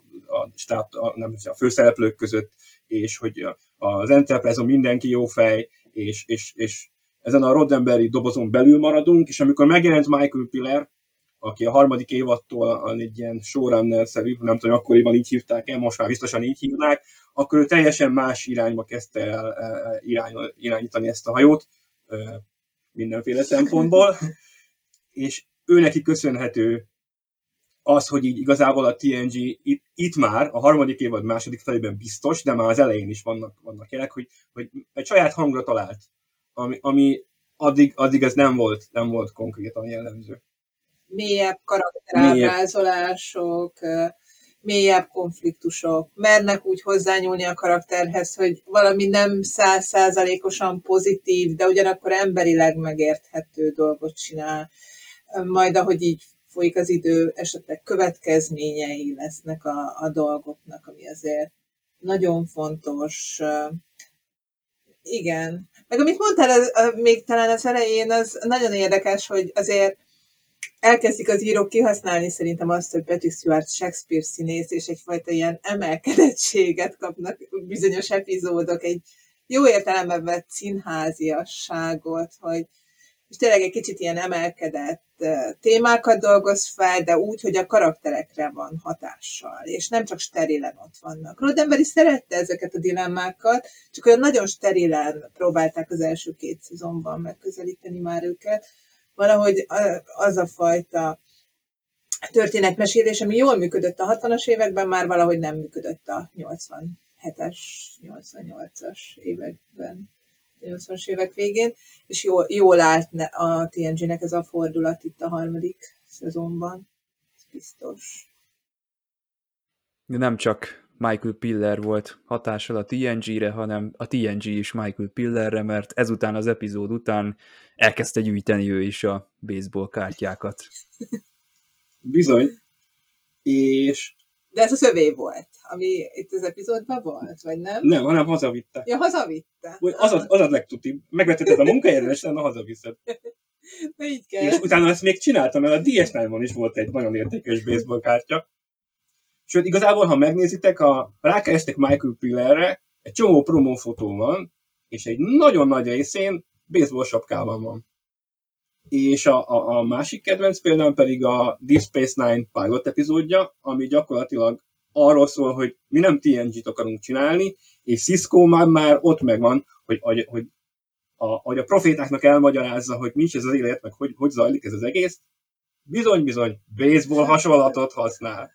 főszereplők között, és hogy az Enterprise-on mindenki jó fej, és ezen a Roddenberry dobozon belül maradunk, és amikor megjelent Michael Piller, aki a harmadik évadtól egy ilyen showrunner-szerű, nem tudom, akkoriban így hívták el, most már biztosan így hívnák, akkor ő teljesen más irányba kezdte el irányítani ezt a hajót, mindenféle szempontból, és ő neki köszönhető az, hogy így igazából a TNG itt már, a harmadik évad második felében biztos, de már az elején is vannak jelek, hogy egy saját hangra talált, ami addig ez nem volt konkrétan jellemző. Mélyebb karakterábrázolások, mélyebb konfliktusok, mernek úgy hozzányúlni a karakterhez, hogy valami nem 100%-osan pozitív, de ugyanakkor emberileg megérthető dolgot csinál. Majd ahogy így folyik az idő, esetleg következményei lesznek a dolgoknak, ami azért nagyon fontos. Igen. Meg amit mondtál még talán az elején, az nagyon érdekes, hogy azért elkezdik az írók kihasználni szerintem azt, hogy Patrick Stewart Shakespeare színész, és egyfajta ilyen emelkedettséget kapnak bizonyos epizódok, egy jó értelemben vett színháziasságot, hogy és tényleg egy kicsit ilyen emelkedett témákat dolgoz fel, de úgy, hogy a karakterekre van hatással, és nem csak sterilen ott vannak. Roddenberry szerette ezeket a dilemmákat, csak olyan nagyon sterilen próbálták az első 2 szezonban megközelíteni már őket. Valahogy az a fajta történetmesélés, ami jól működött a 60-as években, már valahogy nem működött a 87-es, 88-as években. 80-as évek végén, és jól állt a TNG-nek ez a fordulat itt a harmadik szezonban. Ez biztos. De nem csak Michael Piller volt hatással a TNG-re, hanem a TNG is Michael Pillerre, mert ezután az epizód után elkezdte gyűjteni ő is a baseball kártyákat. Bizony. És... De ez az övé volt, ami itt az epizódban volt, vagy nem? Nem, hanem hazavitte. Ja, hazavitte. Az a legtutibb. Megvetetted a munkahelyen, és utána hazaviszed. Na így kell. És utána ezt még csináltam, mert a DS9-ban is volt egy nagyon értékes baseball kártya. Sőt, igazából, ha megnézitek, rákerestek Michael Pillerre, egy csomó promófotó van, és egy nagyon nagy részén baseball sapkában van. És a másik kedvenc példám pedig a Deep Space Nine pilot epizódja, ami gyakorlatilag arról szól, hogy mi nem TNG-t akarunk csinálni, és Cisco már ott megvan, hogy a profétáknak elmagyarázza, hogy nincs ez az élet, meg hogy zajlik ez az egész. Bizony, baseball hasonlatot használ.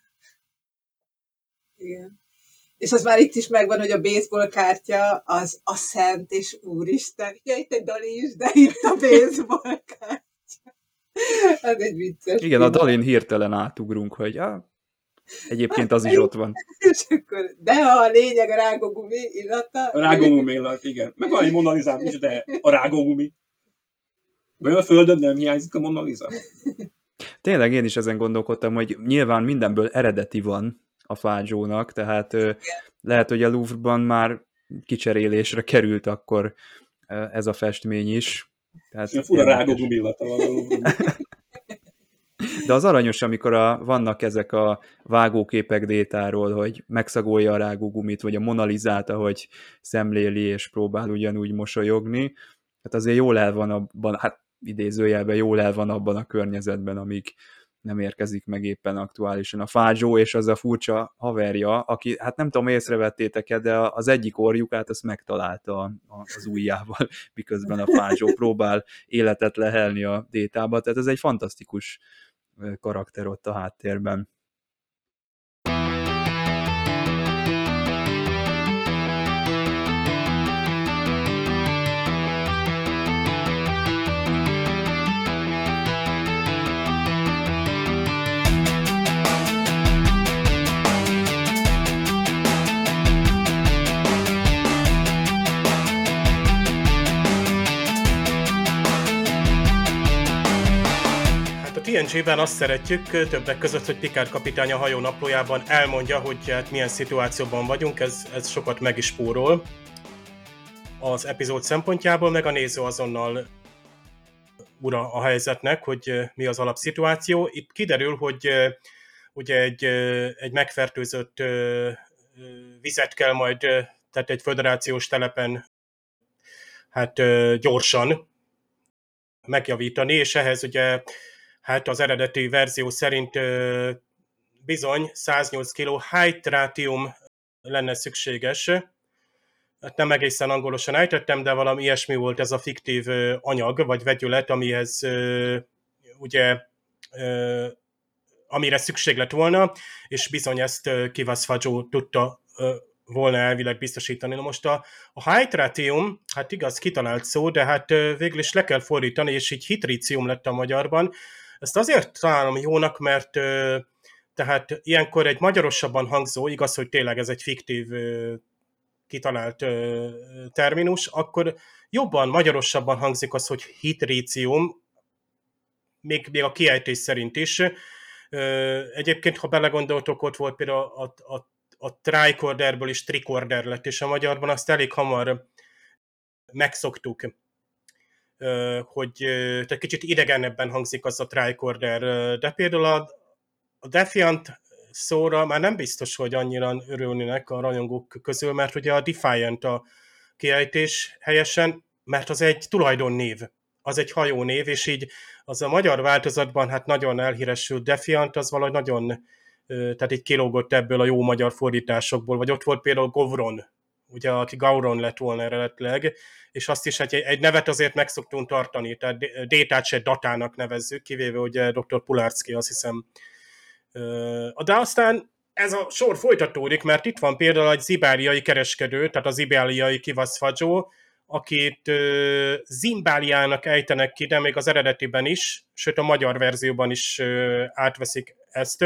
Igen. És az már itt is megvan, hogy a baseball kártya az a szent és úristen. Ja, itt egy Dali is, de itt a baseball kártya. Ez egy vicces. Igen, a Dalin hirtelen átugrunk, hogy egyébként az is ott van. És akkor, de a lényeg a rágógumi illata. A rágógumi illat, igen. Meg van egy Mona Lisám is, de a rágógumi. Vagy a földön nem hiányzik a Mona Lisa? Tényleg én is ezen gondolkodtam, hogy nyilván mindenből eredeti van a Fázsónak, tehát lehet, hogy a Louvre-ban már kicserélésre került akkor ez a festmény is. Tehát ilyen fura rágógumi illata van a Louvre-ban. De az aranyos, amikor vannak ezek a vágóképek Détáról, hogy megszagolja a rágógumit, vagy a Mona Lisát, ahogy szemléli és próbál ugyanúgy mosolyogni. Hát azért jól el van abban, hát idézőjelben jól el van abban a környezetben, amíg nem érkezik meg éppen aktuálisan a Fázsó, és az a furcsa haverja, aki, hát nem tudom, észrevettétek-e, de az egyik orjukát azt megtalálta az ujjával, miközben a Fázsó próbál életet lehelni a Détába, tehát ez egy fantasztikus karakter ott a háttérben. TNG-ben azt szeretjük többek között, hogy Picard kapitány a hajó naplójában elmondja, hogy hát milyen szituációban vagyunk, ez sokat meg is spórol az epizód szempontjából, meg a néző azonnal ura a helyzetnek, hogy mi az alapszituáció. Itt kiderül, hogy ugye egy megfertőzött vizet kell majd, tehát egy föderációs telepen hát gyorsan megjavítani, és ehhez ugye hát az eredeti verzió szerint bizony 108 kg hydratium lenne szükséges. Hát nem egészen angolosan ejtettem, de valami ilyesmi volt ez a fiktív anyag, vagy vegyület, amihez ugye amire szükség lett volna, és bizony ezt Kivas Fadzsó tudta volna elvileg biztosítani. Na most a hydratium, hát igaz, kitalált szó, de hát végül is le kell fordítani, és így hitricium lett a magyarban. Ezt azért találom jónak, mert tehát ilyenkor egy magyarosabban hangzó, igaz, hogy tényleg ez egy fiktív kitalált terminus, akkor jobban, magyarosabban hangzik az, hogy hitricium, még a kiejtés szerint is. Egyébként, ha belegondoltok, ott volt például a tricorderből is tricorder lett, és a magyarban azt elég hamar megszoktuk, hogy tehát kicsit idegenebben hangzik az a tricorder, de például a Defiant szóra már nem biztos, hogy annyira örülnének a rajongók közül, mert ugye a Defiant a kiejtés helyesen, mert az egy tulajdonnév, az egy hajónév, és így az a magyar változatban hát nagyon elhíresült Defiant, az valahogy nagyon, tehát így kilógott ebből a jó magyar fordításokból, vagy ott volt például Govron, ugye, aki Gauron lett volna eredetileg, és azt is egy nevet azért meg szoktunk tartani, tehát Détát se Datának nevezzük, kivéve ugye Dr. Pulárszky, azt hiszem. De aztán ez a sor folytatódik, mert itt van például egy zibáliai kereskedő, tehát az zibáliai Kivas Fadzsó, akit Zimbáliának ejtenek ki, de még az eredetiben is, sőt a magyar verzióban is átveszik ezt.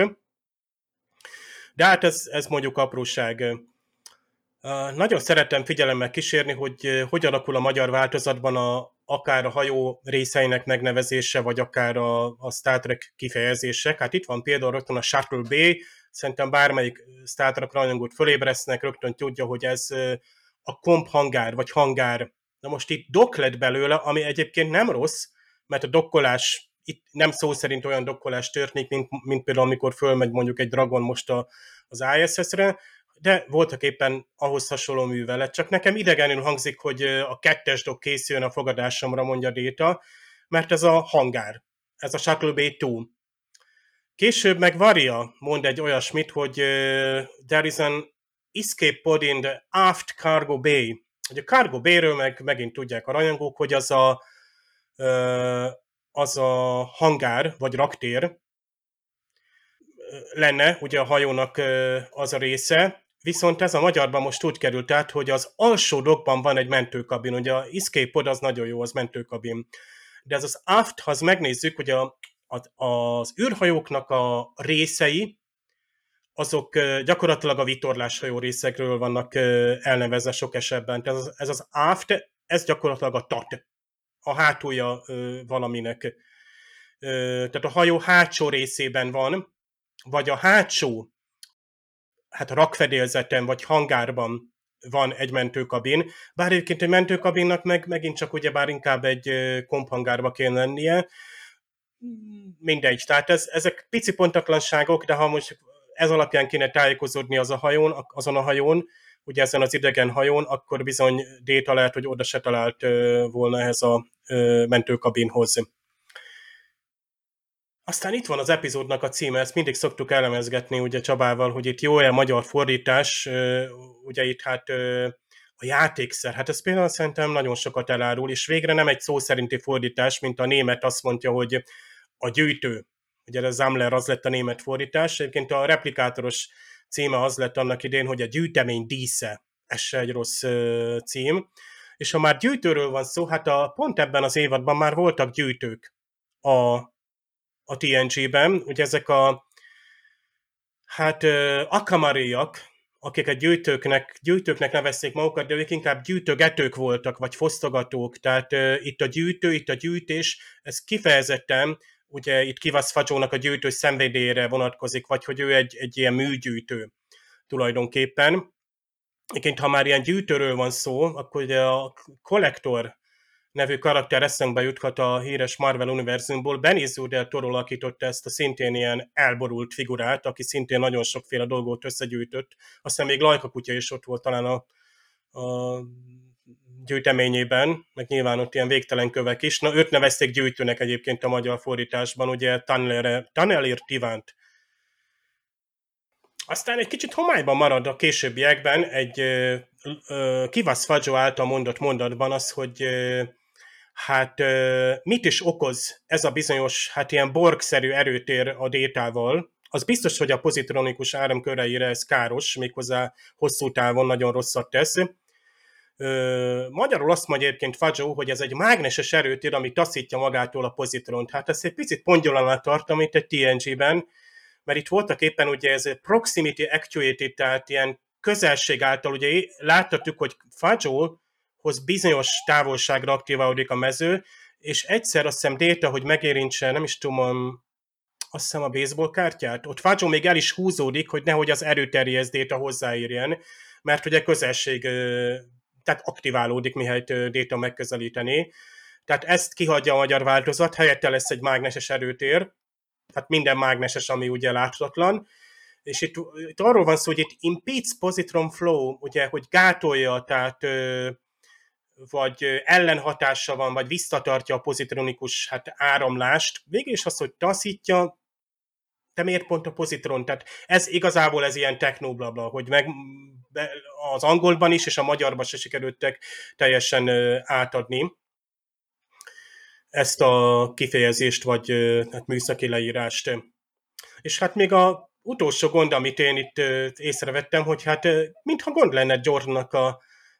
De hát ez mondjuk apróság. Nagyon szeretem figyelemmel kísérni, hogy hogy alakul a magyar változatban akár a hajó részeinek megnevezése, vagy akár a Star Trek kifejezések. Hát itt van például rögtön a Shuttle Bay, szerintem bármelyik Star Trek rajongót fölébresztnek, rögtön tudja, hogy ez a komp hangár, vagy hangár. Na most itt dock lett belőle, ami egyébként nem rossz, mert a dokkolás, itt nem szó szerint olyan dokkolás történik, mint például amikor fölmegy mondjuk egy Dragon most az ISS-re, de voltak éppen ahhoz hasonló művelet. Csak nekem idegenül hangzik, hogy a 2-es dock készüljön a fogadásomra, mondja Déta, mert ez a hangár, ez a Shuttle Bay 2. Később meg Varia mond egy olyasmit, hogy there is an escape pod in the aft cargo bay. Ugye a cargo bayről megint tudják a rajongók, hogy az a hangár, vagy raktér lenne, ugye a hajónak az a része, viszont ez a magyarban most úgy került át, hogy az alsó dokkban van egy mentőkabin, ugye a escape pod az nagyon jó, az mentőkabin. De ez az aft, ha megnézzük, hogy az űrhajóknak a részei, azok gyakorlatilag a vitorláshajó részekről vannak elnevezve sok esetben. Tehát ez az aft, ez gyakorlatilag a tat, a hátulja valaminek. Tehát a hajó hátsó részében van, vagy a hátsó, hát rakfedélzeten, vagy hangárban van egy mentőkabin, bár egyébként egy mentőkabinnak megint csak ugyebár inkább egy komphangárba kéne lennie. Mindegy, tehát ezek pici pontatlanságok, de ha most ez alapján kéne tájékozódni azon a hajón, ugye ezen az idegen hajón, akkor bizony Déta lehet, hogy oda se talált volna ehhez a mentőkabinhoz. Aztán itt van az epizódnak a címe, ezt mindig szoktuk elemezgetni ugye Csabával, hogy itt jó-e magyar fordítás, ugye itt hát a játékszer, hát ez például szerintem nagyon sokat elárul, és végre nem egy szó szerinti fordítás, mint a német azt mondja, hogy a gyűjtő. Ugye a Sammler az lett a német fordítás, egyébként a replikátoros címe az lett annak idén, hogy a gyűjtemény dísze, ez se egy rossz cím. És ha már gyűjtőről van szó, hát pont ebben az évadban már voltak gyűjtők a TNG-ben, ugye ezek akamariak, akik a gyűjtőknek nevezték magukat, de ők inkább gyűjtögetők voltak, vagy fosztogatók, tehát itt a gyűjtő, itt a gyűjtés, ez kifejezetten, ugye itt Kivas Fajónak a gyűjtő szenvedélyére vonatkozik, vagy hogy ő egy ilyen műgyűjtő tulajdonképpen. Egyébként, ha már ilyen gyűjtőről van szó, akkor ugye a Collector nevű karakter eszembe juthat a híres Marvel univerzumból. Benicio del Toro alakította ezt a szintén ilyen elborult figurát, aki szintén nagyon sokféle dolgot összegyűjtött. Aztán még Lajka kutya is ott volt talán a gyűjteményében, meg nyilván ott ilyen végtelen kövek is. Na, őt nevezték gyűjtőnek egyébként a magyar fordításban, ugye Tannelir Tivánt. Aztán egy kicsit homályban marad a későbbiekben egy Kivas Fajó által mondott mondatban az, hogy mit is okoz ez a bizonyos, ilyen Borg-szerű erőtér a détával. Az biztos, hogy a pozitronikus áramköreire ez káros, méghozzá hosszú távon nagyon rosszat tesz. Magyarul azt mondja egyébként Fajó, hogy ez egy mágneses erőtér, ami taszítja magától a pozitront. Hát ezt egy picit pongyolanát tartom itt egy TNG-ben, mert itt voltak éppen ugye ez proximity actuated, tehát ilyen közelség által, ugye láthatjuk, hogy Fajóhoz bizonyos távolságra aktiválódik a mező, és egyszer azt hiszem Data, hogy megérintse, nem is tudom, azt hiszem a baseball kártyát, ott Fajó még el is húzódik, hogy nehogy az erőterjesz Data hozzáérjen, mert ugye közelség, tehát aktiválódik, mihelyt Data megközelítené. Tehát ezt kihagyja a magyar változat, helyette lesz egy mágneses erőtér, tehát minden mágneses, ami ugye láthatatlan, és itt arról van szó, hogy itt impedes positron flow, ugye, hogy gátolja, tehát vagy ellenhatása van, vagy visszatartja a pozitronikus áramlást. Végül is az, hogy taszítja, de miért pont a pozitron? Tehát ez igazából ez ilyen technoblabla, hogy az angolban is, és a magyarban se sikerültek teljesen átadni ezt a kifejezést, vagy műszaki leírást. És még a utolsó gond, amit én itt észrevettem, hogy mintha gond lenne Jordannak a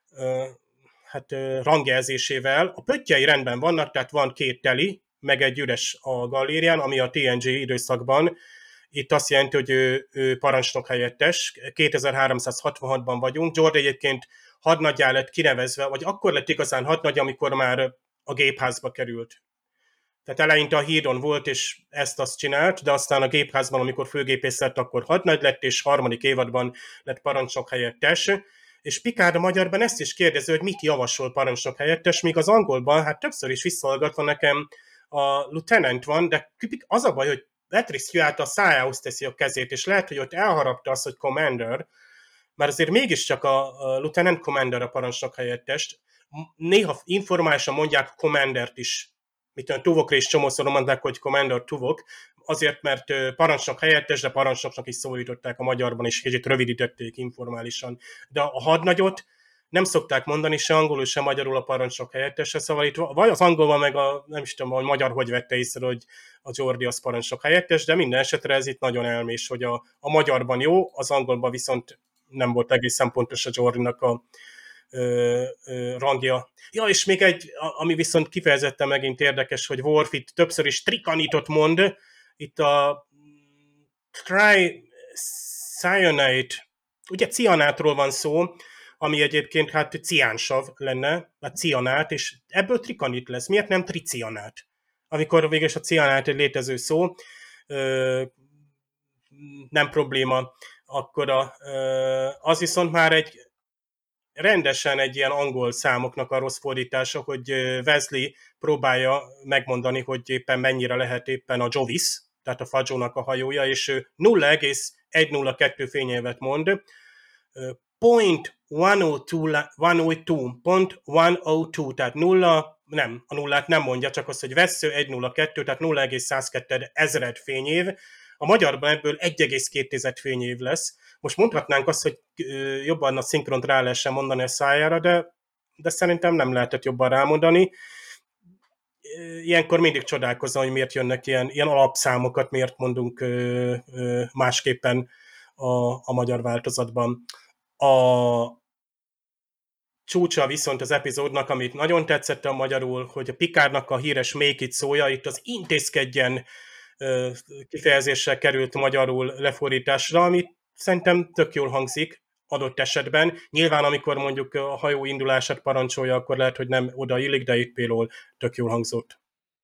rangjelzésével. A pöttyei rendben vannak, tehát van 2 teli, meg egy üres a galérián, ami a TNG időszakban. Itt azt jelenti, hogy ő parancsnok helyettes. 2366-ban vagyunk. Jordan egyébként hadnaggyá lett kinevezve, vagy akkor lett igazán hadnagy, amikor már a gépházba került. Tehát eleinte a hídon volt, és ezt-azt csinált, de aztán a gépházban, amikor főgépész lett, akkor hadnagy lett, és 3. évadban lett parancsnok helyettes. És Picard a magyarban ezt is kérdezi, hogy mit javasol parancsnok helyettes, míg az angolban, többször is visszahallgatva nekem a lieutenant van, de az a baj, hogy Patrick Stewart a szájához teszi a kezét, és lehet, hogy ott elharapta azt, hogy commander, mert azért mégiscsak a lieutenant commander a parancsnok helyettest. Néha informálisan mondják commandert is, mit Tuvokra is csomószor mondták, hogy Commander Tuvok, azért, mert parancsnok helyettes, de parancsnoknak is szólították a magyarban, és kicsit rövidítették informálisan. De a hadnagyot nem szokták mondani se angolul, se magyarul a parancsnok helyettesre, szóval itt vagy az angolban, meg nem is tudom, a magyar hogy vette észre, hogy a Jordi az parancsnok helyettes, de minden esetre ez itt nagyon elmés, hogy a magyarban jó, az angolban viszont nem volt egészen pontos a Jordinak a rangja. Ja, és még egy, ami viszont kifejezetten megint érdekes, hogy Worf itt többször is trikanitot mond, itt a tricyanate, ugye cianátról van szó, ami egyébként ciánsav lenne, a cianát, és ebből trikanit lesz. Miért nem tricianát? Amikor végül a cianát egy létező szó, nem probléma, akkor az viszont már rendesen egy ilyen angol számoknak a rossz fordítása, hogy Wesley próbálja megmondani, hogy éppen mennyire lehet éppen a Jovis, tehát a Fajónak a hajója, és ő 0,102 fényévet mond, .102, tehát 0 nem, a nullát nem mondja, csak az, hogy vesző 102, tehát 0,102 ezred fényév. A magyarban ebből 1,2 fényév lesz. Most mondhatnánk azt, hogy jobban a szinkront rá lehessen mondani a szájára, de szerintem nem lehetett jobban rámondani. Ilyenkor mindig csodálkozom, hogy miért jönnek ilyen alapszámokat, miért mondunk másképpen a magyar változatban. A csúcsa viszont az epizódnak, amit nagyon tetszett a magyarul, hogy a Picardnak a híres Make It szója, itt az intézkedjen kifejezéssel került magyarul lefordításra, ami szerintem tök jól hangzik adott esetben. Nyilván, amikor mondjuk a hajó indulását parancsolja, akkor lehet, hogy nem odaillik, de itt például tök jól hangzott.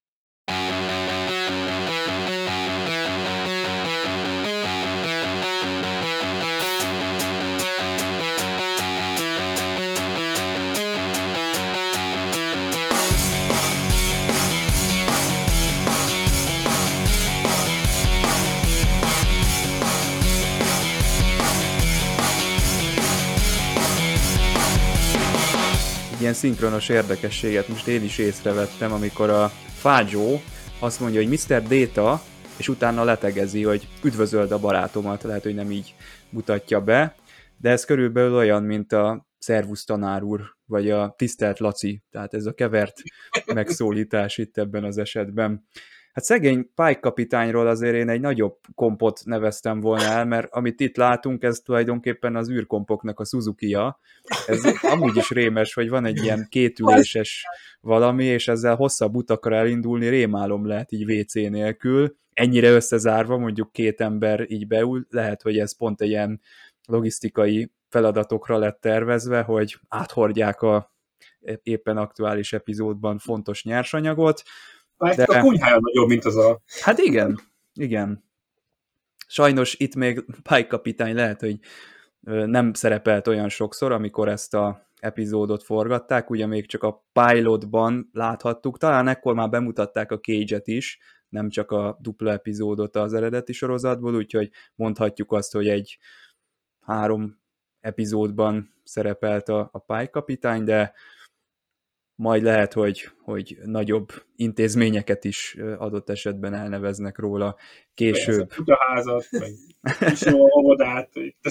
Ilyen szinkronos érdekességet most én is észrevettem, amikor a Fágyó azt mondja, hogy Mr. Data, és utána letegezi, hogy üdvözöld a barátomat, lehet, hogy nem így mutatja be, de ez körülbelül olyan, mint a szervusz tanár úr, vagy a tisztelt Laci, tehát ez a kevert megszólítás itt ebben az esetben. Hát szegény Pike kapitányról azért én egy nagyobb kompot neveztem volna el, mert amit itt látunk, ez tulajdonképpen az űrkompoknak a Suzuki-ja. Ez amúgy is rémes, hogy van egy ilyen kétüléses valami, és ezzel hosszabb utakra elindulni rémálom lehet így WC nélkül. Ennyire összezárva, mondjuk 2 ember így beül, lehet, hogy ez pont egy ilyen logisztikai feladatokra lett tervezve, hogy áthordják a éppen aktuális epizódban fontos nyersanyagot. De a kunyhája nagyobb, mint az a... Hát igen. Sajnos itt még Pike kapitány lehet, hogy nem szerepelt olyan sokszor, amikor ezt az epizódot forgatták, ugye még csak a pilotban láthattuk, talán ekkor már bemutatták a Cage-et is, nem csak a dupla epizódot az eredeti sorozatból, úgyhogy mondhatjuk azt, hogy egy 3 epizódban szerepelt a Pike kapitány, de majd lehet, hogy nagyobb intézményeket is adott esetben elneveznek róla később. Ez a kutaházat, vagy óvodát.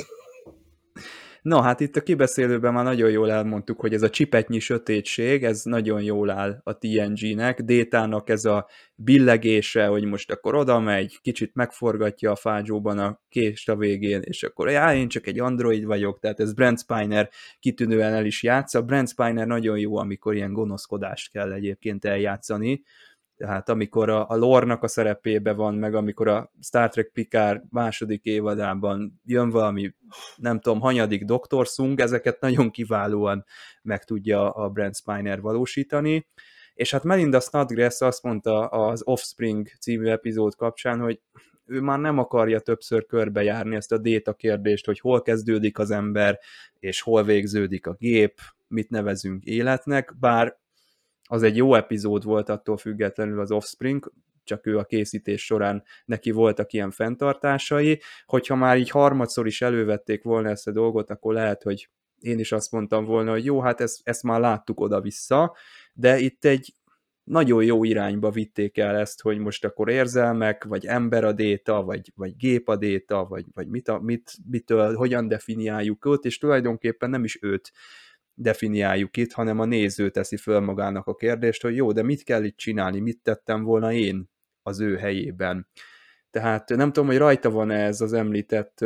No, hát itt a kibeszélőben már nagyon jól elmondtuk, hogy ez a csipetnyi sötétség, ez nagyon jól áll a TNG-nek, Détának ez a billegése, hogy most akkor oda megy, kicsit megforgatja a Fágyóban a kést a végén, és akkor én csak egy android vagyok, tehát ez Brent Spiner kitűnően el is játsza. Brent Spiner nagyon jó, amikor ilyen gonoszkodást kell egyébként eljátszani, tehát amikor a lore-nak a szerepébe van, meg amikor a Star Trek Picard második évadában jön valami, nem tudom, hanyadik Dr. Sung, ezeket nagyon kiválóan meg tudja a Brent Spiner valósítani. És hát Melinda Snodgrass azt mondta az Offspring című epizód kapcsán, hogy ő már nem akarja többször körbejárni ezt a Data kérdést, hogy hol kezdődik az ember, és hol végződik a gép, mit nevezünk életnek, bár az egy jó epizód volt attól függetlenül az Offspring, csak ő a készítés során neki voltak ilyen fenntartásai, hogyha már így harmadszor is elővették volna ezt a dolgot, akkor lehet, hogy én is azt mondtam volna, hogy jó, hát ezt már láttuk oda-vissza, de itt egy nagyon jó irányba vitték el ezt, hogy most akkor érzelmek, vagy ember a Data, vagy gép a Data, vagy mitől, hogyan definiáljuk őt, és tulajdonképpen nem is őt definiáljuk itt, hanem a néző teszi föl magának a kérdést, hogy jó, de mit kell itt csinálni, mit tettem volna én az ő helyében. Tehát nem tudom, hogy rajta van-e ez az említett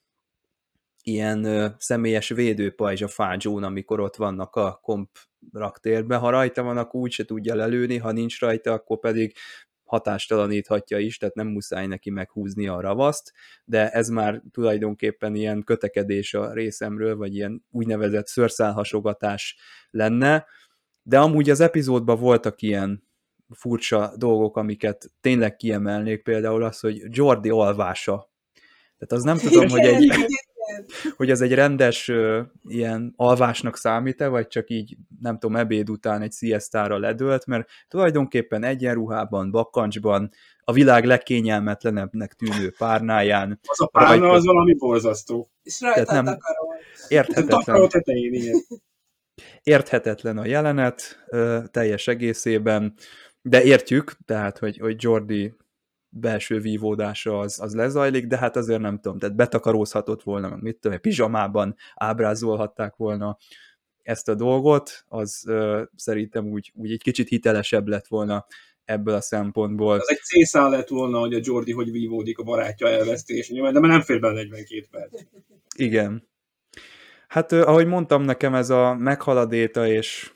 ilyen személyes védőpajzs a Fágyón, amikor ott vannak a komp raktérben. Ha rajta van, akkor úgyse tudja lelőni, ha nincs rajta, akkor pedig hatástalaníthatja is, tehát nem muszáj neki meghúzni a ravaszt, de ez már tulajdonképpen ilyen kötekedés a részemről, vagy ilyen úgynevezett szőrszálhasogatás lenne, de amúgy az epizódban voltak ilyen furcsa dolgok, amiket tényleg kiemelnék, például az, hogy Geordi alvása. Tehát az nem tudom, hogy ez egy rendes ilyen alvásnak számít-e, vagy csak így, nem tudom, ebéd után egy siestára ledőlt, mert tulajdonképpen egyenruhában, bakkancsban, a világ legkényelmetlenebbnek tűnő párnáján. Az a párna az valami borzasztó. És rajta nem takaró. érthetetlen. Takaró tetején, igen. Érthetetlen a jelenet teljes egészében, de értjük, tehát, hogy Jordi belső vívódása az lezajlik, de hát azért nem tudom, tehát betakarózhatott volna, meg mit tudom, pizsamában ábrázolhatták volna ezt a dolgot, az szerintem úgy egy kicsit hitelesebb lett volna ebből a szempontból. Ez egy C-szál lett volna, hogy a Jordi hogy vívódik a barátja elvesztésén, de már nem fér bele 42 perc. Igen. Hát ahogy mondtam, nekem ez a meghaladéta, és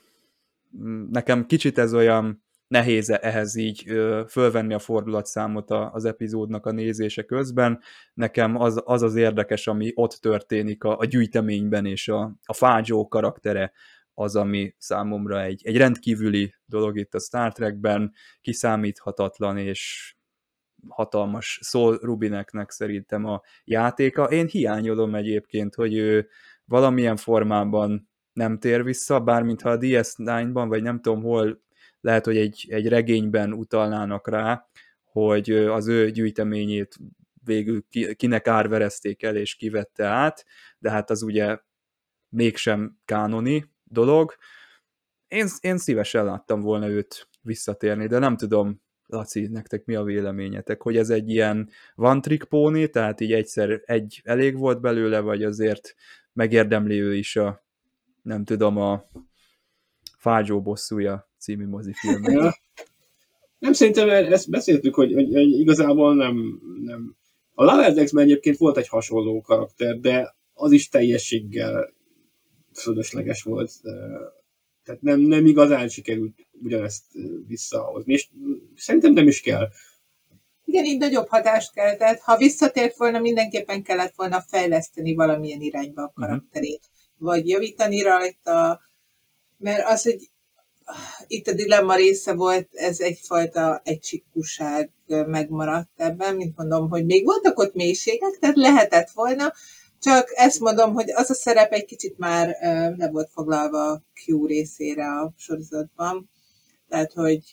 nekem kicsit ez olyan nehéz ehhez így fölvenni a fordulatszámot az epizódnak a nézése közben. Nekem az érdekes, ami ott történik a gyűjteményben, és a Fágyó karaktere az, ami számomra egy rendkívüli dolog itt a Star Trekben, kiszámíthatatlan és hatalmas Saul Rubineknek szerintem a játéka. Én hiányolom egyébként, hogy ő valamilyen formában nem tér vissza, bármintha a DS9-ban, vagy nem tudom hol, lehet, hogy egy regényben utalnának rá, hogy az ő gyűjteményét végül kinek árverezték el, és kivette át, de hát az ugye mégsem kánoni dolog. Én szívesen láttam volna őt visszatérni, de nem tudom, Laci, nektek mi a véleményetek, hogy ez egy ilyen one trick pony, tehát így egyszer egy elég volt belőle, vagy azért megérdemli ő is a, nem tudom, a Fágyó bosszúja című mozifilmet. Ja. Nem, szerintem ezt beszéltük, hogy igazából nem. A Lower Decks-ben egyébként volt egy hasonló karakter, de az is teljességgel fölösleges volt. Tehát nem igazán sikerült ugyanezt visszahozni, és szerintem nem is kell. Igen, így nagyobb hatást keltett. Ha visszatért volna, mindenképpen kellett volna fejleszteni valamilyen irányba a karakterét. Vagy javítani rajta, mert az, hogy itt a dilemma része volt, ez egyfajta egysikúság megmaradt ebben, mint mondom, hogy még voltak ott mélységek, tehát lehetett volna, csak ezt mondom, hogy az a szerep egy kicsit már le volt foglalva a Q részére a sorozatban, tehát, hogy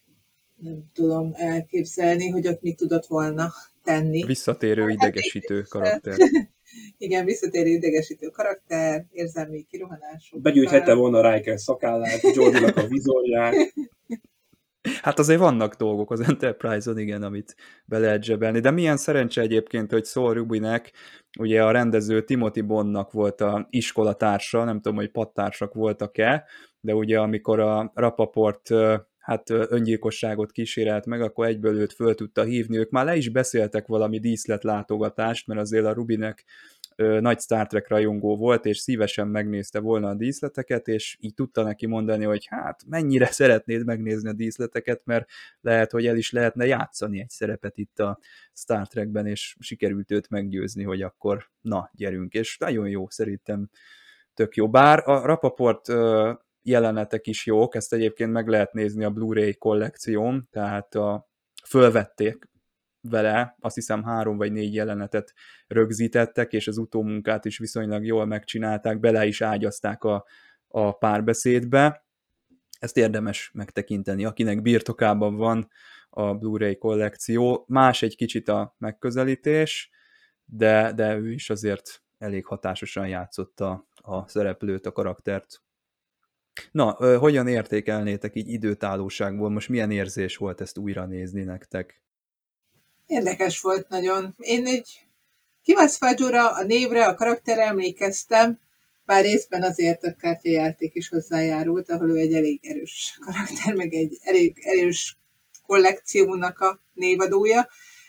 nem tudom elképzelni, hogy ott mit tudott volna tenni. Visszatérő idegesítő karakter. Igen, visszatérő idegesítő karakter, érzelmi kirohanások. Begyűjthette volna a Riker szakállát, Jordinak a vizorját. Hát azért vannak dolgok az Enterprise-on, igen, amit be lehet zsebelni. De milyen szerencse egyébként, hogy Saul Rubinek, ugye a rendező Timothy Bondnak volt a iskolatársa, nem tudom, hogy pattársak voltak-e, de ugye amikor a Rapaport öngyilkosságot kísérelt meg, akkor egyből őt föl tudta hívni. Ők már le is beszéltek valami díszletlátogatást, mert azért a Rubinek nagy Star Trek rajongó volt, és szívesen megnézte volna a díszleteket, és így tudta neki mondani, hogy hát mennyire szeretnéd megnézni a díszleteket, mert lehet, hogy el is lehetne játszani egy szerepet itt a Star Trekben, és sikerült őt meggyőzni, hogy akkor na, gyerünk, és nagyon jó, szerintem tök jó. Bár a Rapaport jelenetek is jók, ezt egyébként meg lehet nézni a Blu-ray kollekción, tehát fölvették vele, azt hiszem 3 vagy 4 jelenetet rögzítettek, és az utómunkát is viszonylag jól megcsinálták, bele is ágyazták a párbeszédbe. Ezt érdemes megtekinteni, akinek birtokában van a Blu-ray kollekció. Más egy kicsit a megközelítés, de ő is azért elég hatásosan játszotta a szereplőt, a karaktert. Na, hogyan értékelnétek így időtállóságból? Most milyen érzés volt ezt újra nézni nektek? Érdekes volt nagyon. Én egy Kivas Fágyóra, a névre, a karakterre emlékeztem, bár részben azért a kártyajáték is hozzájárult, ahol ő egy elég erős karakter, meg egy elég erős kollekciónak a névadója,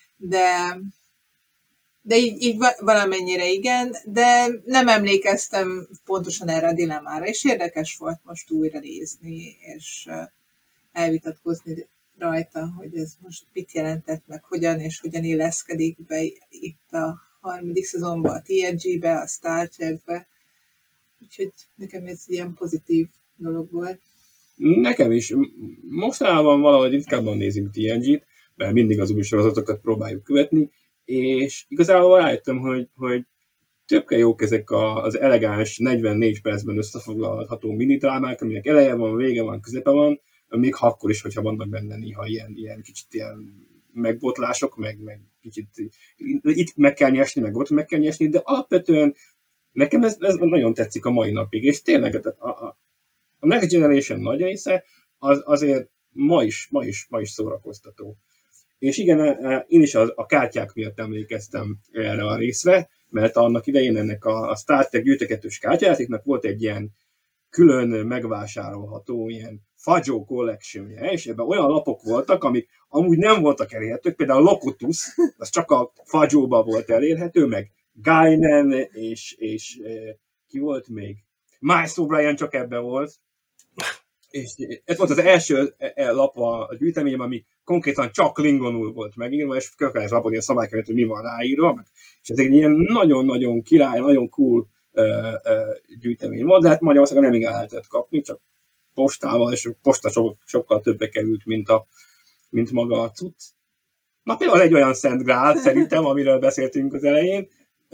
de így valamennyire igen, de nem emlékeztem pontosan erre a dilemmára, és érdekes volt most újra nézni, és elvitatkozni rajta, hogy ez most mit jelentett meg, hogyan és hogyan illeszkedik be itt a 3. szezonban, a TNG-be, a Star Trek-be. Úgyhogy nekem ez ilyen pozitív dolog volt. Nekem is. Mostanában valahogy ritkábban nézünk TNG-t, mert mindig az új sorozatokat próbáljuk követni, és igazából rájöttem, hogy többke jók ezek az elegáns 44 percben összefoglalható minidrámák, aminek eleje van, vége van, közepe van, még akkor is, hogyha vannak benne néha ilyen kicsit ilyen megbotlások, meg kicsit itt meg kell nyesni, meg ott meg kell nyesni, de alapvetően Nekem ez nagyon tetszik a mai napig, és tényleg a Next Generation nagy része azért ma is szórakoztató. És igen, én is a kártyák miatt emlékeztem erre a részre, mert annak idején ennek a Star Trek gyűjtögetős kártyajátéknak volt egy ilyen külön megvásárolható ilyen Fudge collectionje, és ebben olyan lapok voltak, amik amúgy nem voltak elérhetők, például a Locutus, az csak a Fudge-ba volt elérhető, meg Guinan, és ki volt még? Miles O'Brien csak ebben volt. És ez volt az első lap a gyűjteményem, ami konkrétan csak klingonul volt megírva, és kell kellett lapodni a szabályokat, hogy mi van ráírva. És ez egy ilyen nagyon-nagyon király, nagyon cool gyűjtemény volt, de hát Magyarországon nem igazán lehetett kapni, csak postával, és a posta sokkal többe került, mint maga a cucc. Na például egy olyan Szent Grál, szerintem, amiről beszéltünk az elején.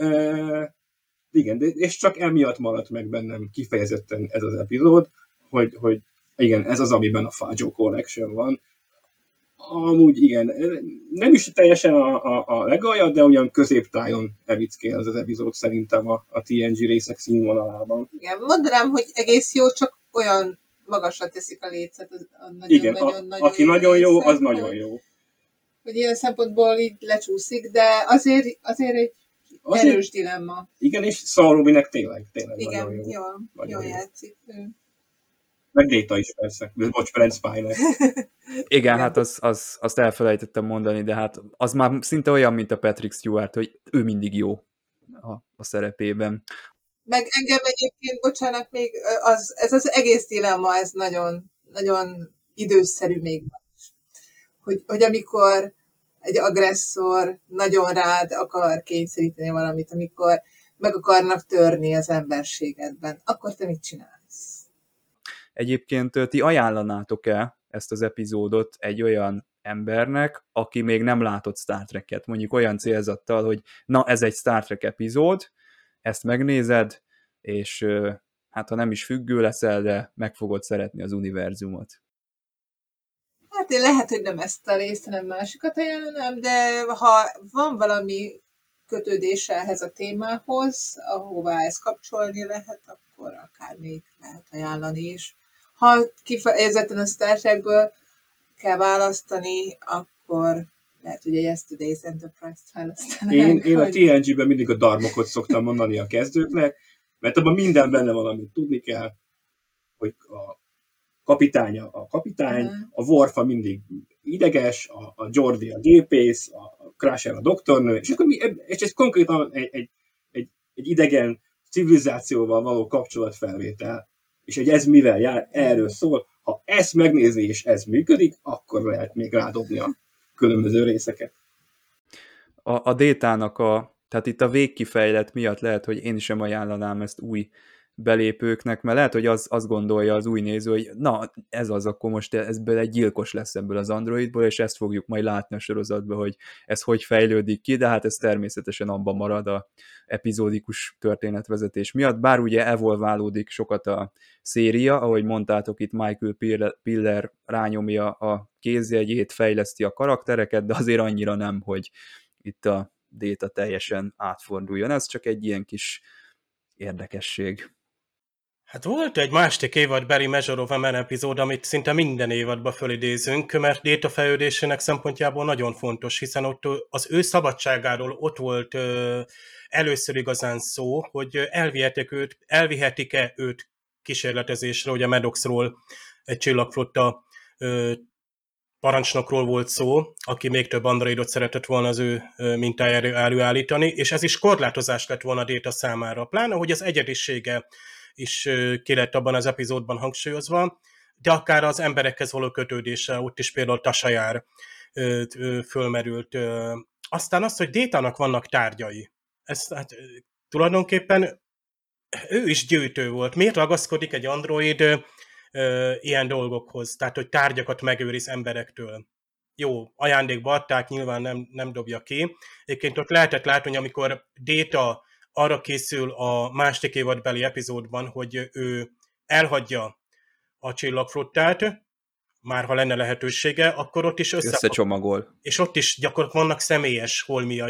Igen, és csak emiatt maradt meg bennem kifejezetten ez az epizód, hogy igen, ez az, amiben a Fudge Collection van. Amúgy igen, nem is teljesen a legalja, de ugyan középtájon evickél az epizód szerintem a TNG részek színvonalában. Igen, mondanám, hogy egész jó, csak olyan magasra teszik a lécet. Igen, aki nagyon jó, az nagyon jó. Hogy ilyen szempontból így lecsúszik, de azért egy erős dilemma. Igen, és Saurobinek tényleg igen, nagyon jó. Jól játszik. Meg Data is persze. Bocs, Ferenc Pálynek. Igen, hát azt elfelejtettem mondani, de hát az már szinte olyan, mint a Patrick Stewart, hogy ő mindig jó a szerepében. Meg engem egyébként, bocsánat, még ez az egész dilemma, ez nagyon, nagyon időszerű még. Hogy amikor egy agresszor nagyon rád akar kényszeríteni valamit, amikor meg akarnak törni az emberségedben, akkor te mit csinálsz? Egyébként ti ajánlanátok-e ezt az epizódot egy olyan embernek, aki még nem látott Star Trek-et, mondjuk olyan célzattal, hogy na, ez egy Star Trek epizód, ezt megnézed, és hát ha nem is függő leszel, de meg fogod szeretni az univerzumot. Hát én lehet, hogy nem ezt a részt, hanem másikat ajánlanám, de ha van valami kötődése ehhez a témához, ahová ezt kapcsolni lehet, akkor akár még lehet ajánlani is. Ha kifejezetten a Star Trekből kell választani, akkor lehet, hogy egy Yesterday's Enterprise-t választanánk. Én a TNG-ben mindig a darmokot szoktam mondani a kezdőknek, mert abban minden benne van, amit tudni kell, hogy a kapitánya a kapitány, a Worf mindig ideges, a Geordi a gépész, a Crusher a doktornő, és ez konkrétan egy idegen civilizációval való kapcsolatfelvétel, és hogy ez mivel jár, erről szól. Ha ezt megnézi és ez működik, akkor lehet még rádobni a különböző részeket. A Détának tehát itt a végkifejlet miatt lehet, hogy én sem ajánlanám ezt új belépőknek, mert lehet, hogy azt gondolja az új néző, hogy na, ez az, akkor most ebből egy gyilkos lesz ebből az androidból, és ezt fogjuk majd látni a sorozatban, hogy ez hogy fejlődik ki, de hát ez természetesen abban marad a epizódikus történetvezetés miatt, bár ugye evolválódik sokat a széria, ahogy mondtátok, itt Michael Piller rányomja a kézjegyét, fejleszti a karaktereket, de azért annyira nem, hogy itt a Data teljesen átforduljon. Ez csak egy ilyen kis érdekesség. Hát volt egy másik évadbeli Measure of a Man epizód, amit szinte minden évadba fölidézünk, mert Data fejlődésének szempontjából nagyon fontos, hiszen ott az ő szabadságáról ott volt először igazán szó, hogy elvihetik-e őt kísérletezésre, ugye Maddoxról, egy csillagflotta parancsnokról volt szó, aki még több androidot szeretett volna az ő mintájára előállítani, és ez is korlátozás lett volna Data számára. Pláne, hogy az egyedisége is ki lett abban az epizódban hangsúlyozva, de akár az emberekhez való kötődése, ott is például Tasajár fölmerült. Aztán az, hogy Détának vannak tárgyai. Ez hát tulajdonképpen ő is gyűjtő volt. Miért ragaszkodik egy android ilyen dolgokhoz? Tehát, hogy tárgyakat megőriz emberektől. Jó, ajándékba adták, nyilván nem dobja ki. Egyébként ott lehetett látni, hogy amikor Data arra készül a második évadbeli epizódban, hogy ő elhagyja a csillagflottát, már ha lenne lehetősége, akkor ott is összecsomagol. És ott is gyakorlatilag vannak személyes holmiai,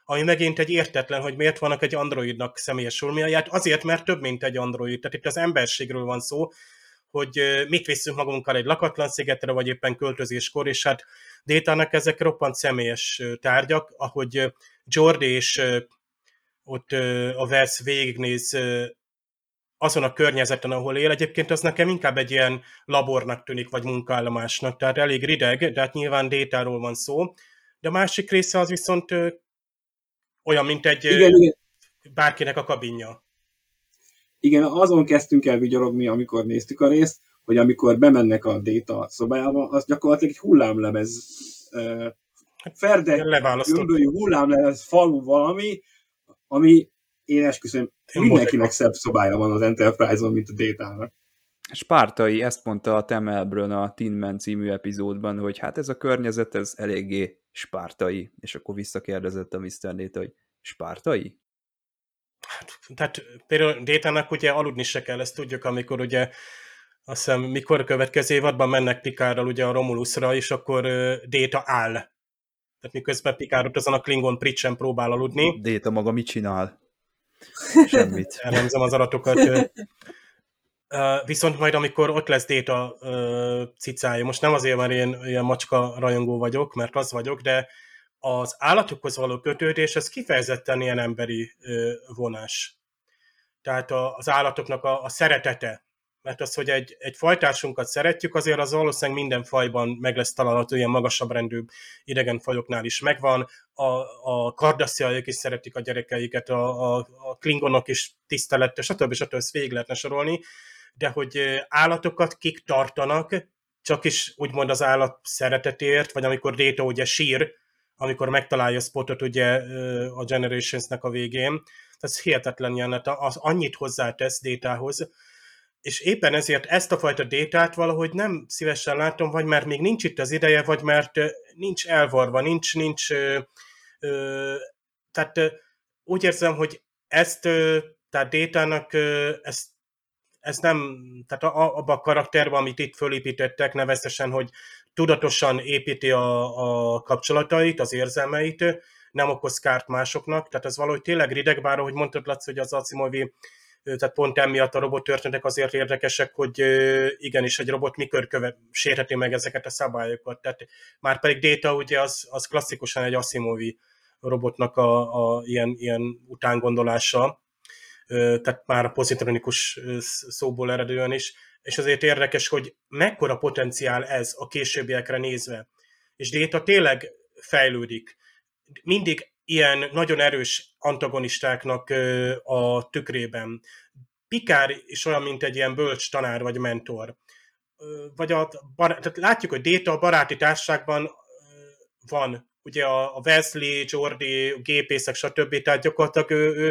ami megint egy értetlen, hogy miért vannak egy androidnak személyes surmiai. Azért, mert több, mint egy android. Tehát itt az emberségről van szó, hogy mit viszünk magunkkal egy lakatlan szigetre, vagy éppen költözéskor, és hát Data-nak ezek roppant személyes tárgyak, ahogy Geordi és ott a Wes végignéz azon a környezeten, ahol él. Egyébként az nekem inkább egy ilyen labornak tűnik, vagy munkállomásnak, tehát elég rideg, de hát nyilván Data-ról van szó. De a másik része az viszont olyan, mint egy Igen. bárkinek a kabinja. Igen, azon kezdtünk el vigyorogni, amikor néztük a részt, hogy amikor bemennek a Data szobájába, az gyakorlatilag egy hullámlemez, ferde, gömbölyű hullámlemez falu valami, ami én esküszöm, mindenkinek szebb szobája van az Enterprise-on, mint a Data-nak. Spártai, ezt mondta a Tim Elbrön a Tin Man című epizódban, hogy hát ez a környezet, ez eléggé spártai. És akkor visszakérdezett a Mr. Data, hogy spártai? Tehát például Data-nak ugye aludni se kell, ezt tudjuk, amikor ugye azt hiszem, mikor a következő évadban mennek Picardral ugye a Romulusra, és akkor Data áll. Tehát miközben Picard ott azon a Klingon Pritchen próbál aludni. Data maga mit csinál? Semmit. Elemzem az adatokat. Viszont majd, amikor ott lesz Data cicája, most nem azért, mert én ilyen macska rajongó vagyok, mert az vagyok, de az állatokhoz való kötődés, ez kifejezetten ilyen emberi vonás. Tehát az állatoknak a szeretete. Mert az, hogy egy fajtársunkat szeretjük, azért az valószínűleg minden fajban meg lesz található, ilyen magasabb rendű idegen fajoknál is megvan. A kardassziaiak is szeretik a gyerekeiket, a klingonok is tisztelette, stb. Ezt végig lehetne sorolni. De hogy állatokat kik tartanak, csak is úgymond az állat szeretetért, vagy amikor Data ugye sír, amikor megtalálja Spotot ugye a Generationsnek a végén. Ez hihetetlen jelenet, az annyit hozzátesz Datához, és éppen ezért ezt a fajta Datát valahogy nem szívesen látom, vagy mert még nincs itt az ideje, vagy mert nincs elvarva, nincs tehát úgy érzem, hogy tehát Datának ez nem, tehát abban a karakterben, amit itt fölépítettek, nevezetesen, hogy tudatosan építi a kapcsolatait, az érzelmeit, nem okoz kárt másoknak, tehát ez valahogy tényleg rideg, bár ahogy mondtad, Laci, hogy az Asimovi, tehát pont emiatt a robottörténetek azért érdekesek, hogy igenis egy robot mikor sérheti meg ezeket a szabályokat, tehát már pedig Data ugye az klasszikusan egy Asimovi robotnak a ilyen utángondolása, tehát már a pozitronikus szóból eredően is, és azért érdekes, hogy mekkora potenciál ez a későbbiekre nézve. És Data tényleg fejlődik. Mindig ilyen nagyon erős antagonistáknak a tükrében. Picard is olyan, mint egy ilyen bölcs tanár vagy mentor. Vagy tehát látjuk, hogy Data a baráti társaságban van. Ugye a Wesley, Geordi, gépészek, stb. Tehát gyakorlatilag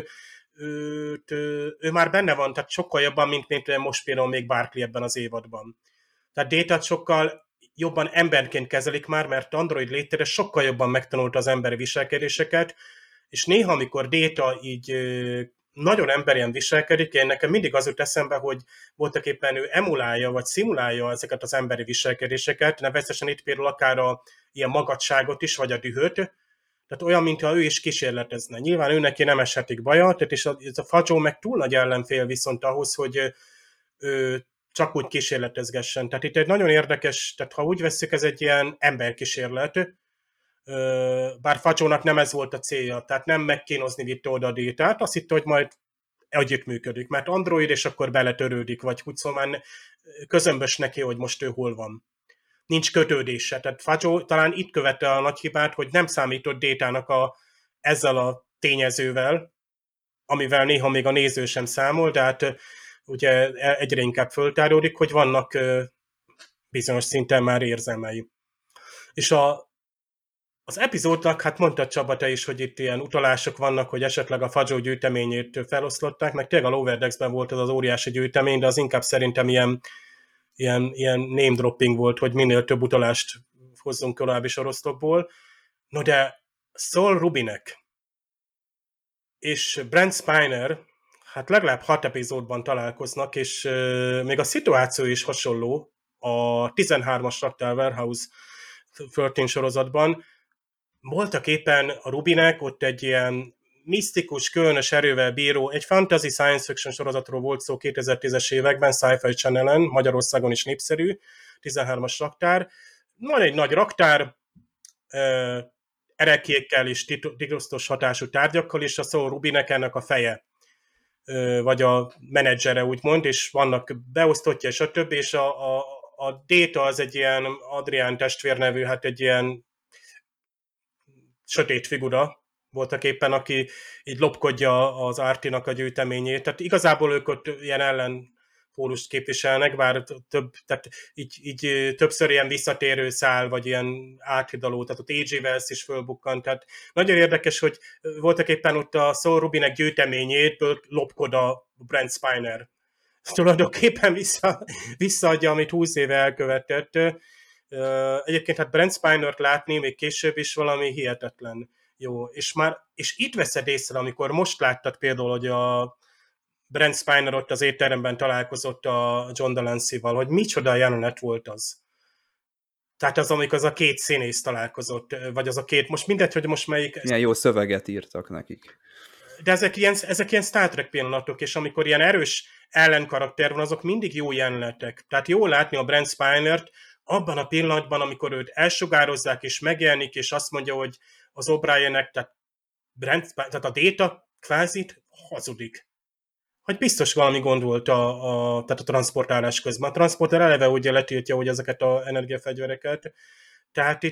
ő már benne van, tehát sokkal jobban, mint most például még Barclay ebben az évadban. Tehát Data-t sokkal jobban emberként kezelik már, mert Android létére sokkal jobban megtanulta az emberi viselkedéseket, és néha, amikor Data így nagyon emberien viselkedik, én nekem mindig az jut eszembe, hogy voltaképpen ő emulálja, vagy szimulálja ezeket az emberi viselkedéseket, nevezetesen itt például akár ilyen magadságot is, vagy a dühöt, tehát olyan, mintha ő is kísérletezne. Nyilván ő neki nem eshetik baja, tehát és ez a Fazio meg túl nagy ellenfél viszont ahhoz, hogy csak úgy kísérletezgessen. Tehát itt egy nagyon érdekes, tehát ha úgy vesszük, ez egy ilyen emberkísérlet, bár Fazio-nak nem ez volt a célja, tehát nem megkínozni vitte oda a Datát, azt hitte, hogy majd együttműködik, mert Android, és akkor beletörődik, vagy úgy szóval közömbös neki, hogy most ő hol van. Nincs kötődése. Tehát Fazio talán itt követte a nagy hibát, hogy nem számított Datának ezzel a tényezővel, amivel néha még a néző sem számol, de hát ugye egyre inkább föltáruldik, hogy vannak bizonyos szinten már érzelmei. És az epizódnak, hát mondtad Csaba te is, hogy itt ilyen utalások vannak, hogy esetleg a Fazio gyűjteményét feloszlották, meg tényleg a Lower Decks-ben volt ez az óriási gyűjtemény, de az inkább szerintem ilyen name dropping volt, hogy minél több utalást hozzunk korábbi sorosztokból. No de Saul Rubinek és Brent Spiner, hát legalább 6 epizódban találkoznak, és még a szituáció is hasonló a 13-as Raktal Warehouse 13 sorozatban. voltak éppen a Rubinek ott egy ilyen misztikus, különös erővel bíró, egy fantasy science fiction sorozatról volt szó 2010-es években, Sci-Fi Channelen, Magyarországon is népszerű, 13-as raktár. Van egy nagy raktár, erekékkel és titokzatos hatású tárgyakkal, és a szó Rubinek ennek a feje, vagy a menedzsere úgymond, és vannak beosztottja, stb. És a Data az egy ilyen Adrián testvér nevű, hát egy ilyen sötét figura voltak éppen, aki így lopkodja az Artinak a gyűjteményét. Tehát igazából ők ott ilyen ellenpólust képviselnek, bár tehát így többször ilyen visszatérő szál, vagy ilyen áthidaló, tehát ott A.J. Wells is fölbukkant. Tehát nagyon érdekes, hogy voltak éppen ott a Saul Rubinek gyűjteményét lopkod a Brent Spiner. Tulajdonképpen visszaadja, amit 20 éve elkövetett. Egyébként hát Brent Spinert látni még később is valami hihetetlen jó. És itt veszed észre, amikor most láttad például, hogy a Brent Spiner ott az étteremben találkozott a John Delancey-val, hogy micsoda jelenet volt az. Tehát az, amikor az a két színész találkozott, vagy az a két, most mindegy, hogy most melyik... Milyen jó szöveget írtak nekik. De ezek ilyen Star Trek pillanatok, és amikor ilyen erős ellenkarakter van, azok mindig jó jelenetek. Tehát jó látni a Brent Spinert abban a pillanatban, amikor őt elsugározzák, és megjelenik, és azt mondja, hogy az O'Brienek, tehát a Data kvázit hazudik. Hogy biztos valami gond volt tehát a transportálás közben. A transporter eleve ugye letiltja hogy ezeket az energiafegyvereket. Tehát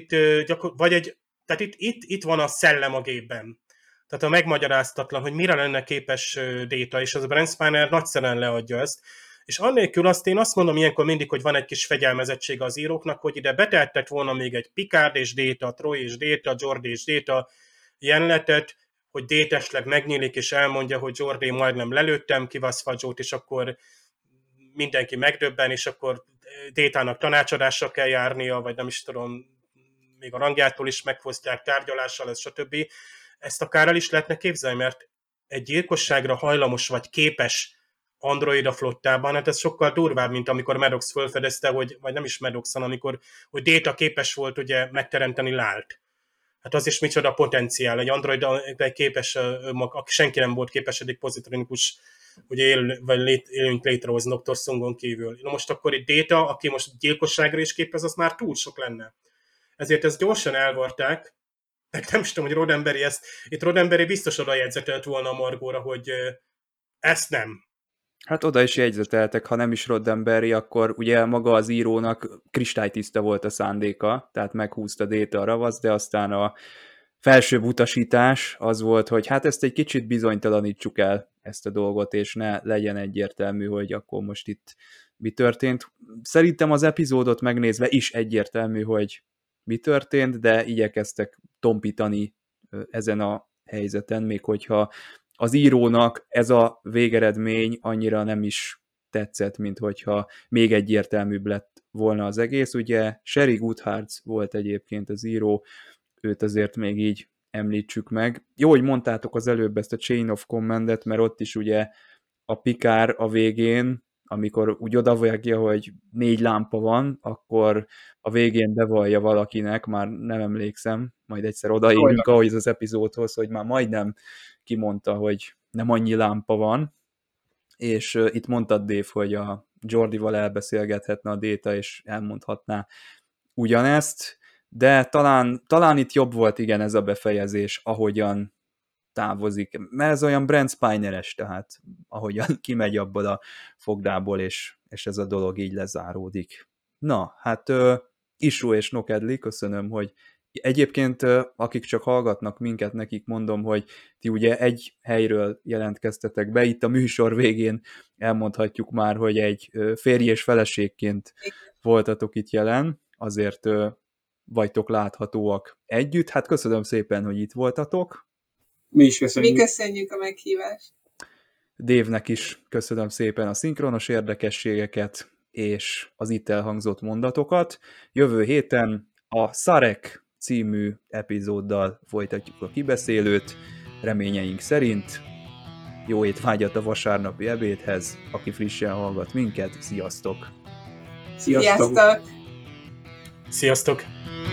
itt van a szellem a gépben. Tehát a megmagyaráztatlan, hogy mire lenne képes Data, és az a Brent Spiner nagyszerűen leadja ezt. És annélkül én azt mondom ilyenkor mindig, hogy van egy kis fegyelmezettsége az íróknak, hogy ide betehettek volna még egy Picard és Data, Troy és Data, Geordi és Data jelenetet, hogy Data esetleg megnyílik és elmondja, hogy Geordi majdnem lelőttem Kivasfagyót, és akkor mindenki megdöbben, és akkor Data-nak tanácsadásra kell járnia, vagy nem is tudom, még a rangjától is megfosztják tárgyalással, stb. Ezt akár el is lehetne képzelni, mert egy gyilkosságra hajlamos vagy képes androida flottában, hát ez sokkal durvább, mint amikor Maddox felfedezte, vagy nem is Maddox, hanem amikor hogy Data képes volt ugye megteremteni Lált. Hát az is micsoda potenciál. Egy androida képes, aki senki nem volt képes eddig pozitronikus ugye élőnyt létrehozni Dr. Songon kívül. Na most akkor egy Data, aki most gyilkosságra is képez, az már túl sok lenne. Ezért ezt gyorsan elvarták, meg nem is tudom, hogy Roddenberry itt Roddenberry biztos oda jegyzetelt volna a Margóra, hogy ezt nem. Hát oda is jegyzeteltek, ha nem is Roddenberry, akkor ugye maga az írónak kristálytiszta volt a szándéka, tehát meghúzta Data a ravasz, de aztán a felsőbb utasítás az volt, hogy hát ezt egy kicsit bizonytalanítsuk el ezt a dolgot, és ne legyen egyértelmű, hogy akkor most itt mi történt. Szerintem az epizódot megnézve is egyértelmű, hogy mi történt, de igyekeztek tompítani ezen a helyzeten, még hogyha az írónak ez a végeredmény annyira nem is tetszett, mint hogyha még egyértelműbb lett volna az egész. Ugye Sherry Goodharts volt egyébként az író, őt azért még így említsük meg. Jó, hogy mondtátok az előbb ezt a Chain of Command-et, mert ott is ugye a Picard a végén, amikor úgy odavágja, hogy 4 lámpa van, akkor a végén bevallja valakinek, már nem emlékszem, majd egyszer odaérünk ahogy az epizódhoz, hogy már majdnem kimondta, hogy nem annyi lámpa van, és itt mondtad, Dave, hogy a Geordival elbeszélgethetne a Data, és elmondhatná ugyanezt, de talán itt jobb volt igen ez a befejezés, ahogyan távozik, mert ez olyan Brent Spiner-es, tehát ahogyan kimegy abból a fogdából, és ez a dolog így lezáródik. Na, hát Isu és Nokedli, köszönöm, hogy egyébként akik csak hallgatnak minket, nekik mondom, hogy ti ugye egy helyről jelentkeztetek be, itt a műsor végén elmondhatjuk már, hogy egy férj és feleségként voltatok itt jelen, azért vagytok láthatóak együtt. Hát köszönöm szépen, hogy itt voltatok. Mi is köszönjük. Mi köszönjük a meghívást. Dave-nek is köszönöm szépen a szinkronos érdekességeket és az itt elhangzott mondatokat. Jövő héten a Sarek című epizóddal folytatjuk a kibeszélőt, reményeink szerint. Jó étvágyat a vasárnapi ebédhez, aki frissen hallgat minket, sziasztok! Sziasztok! Sziasztok!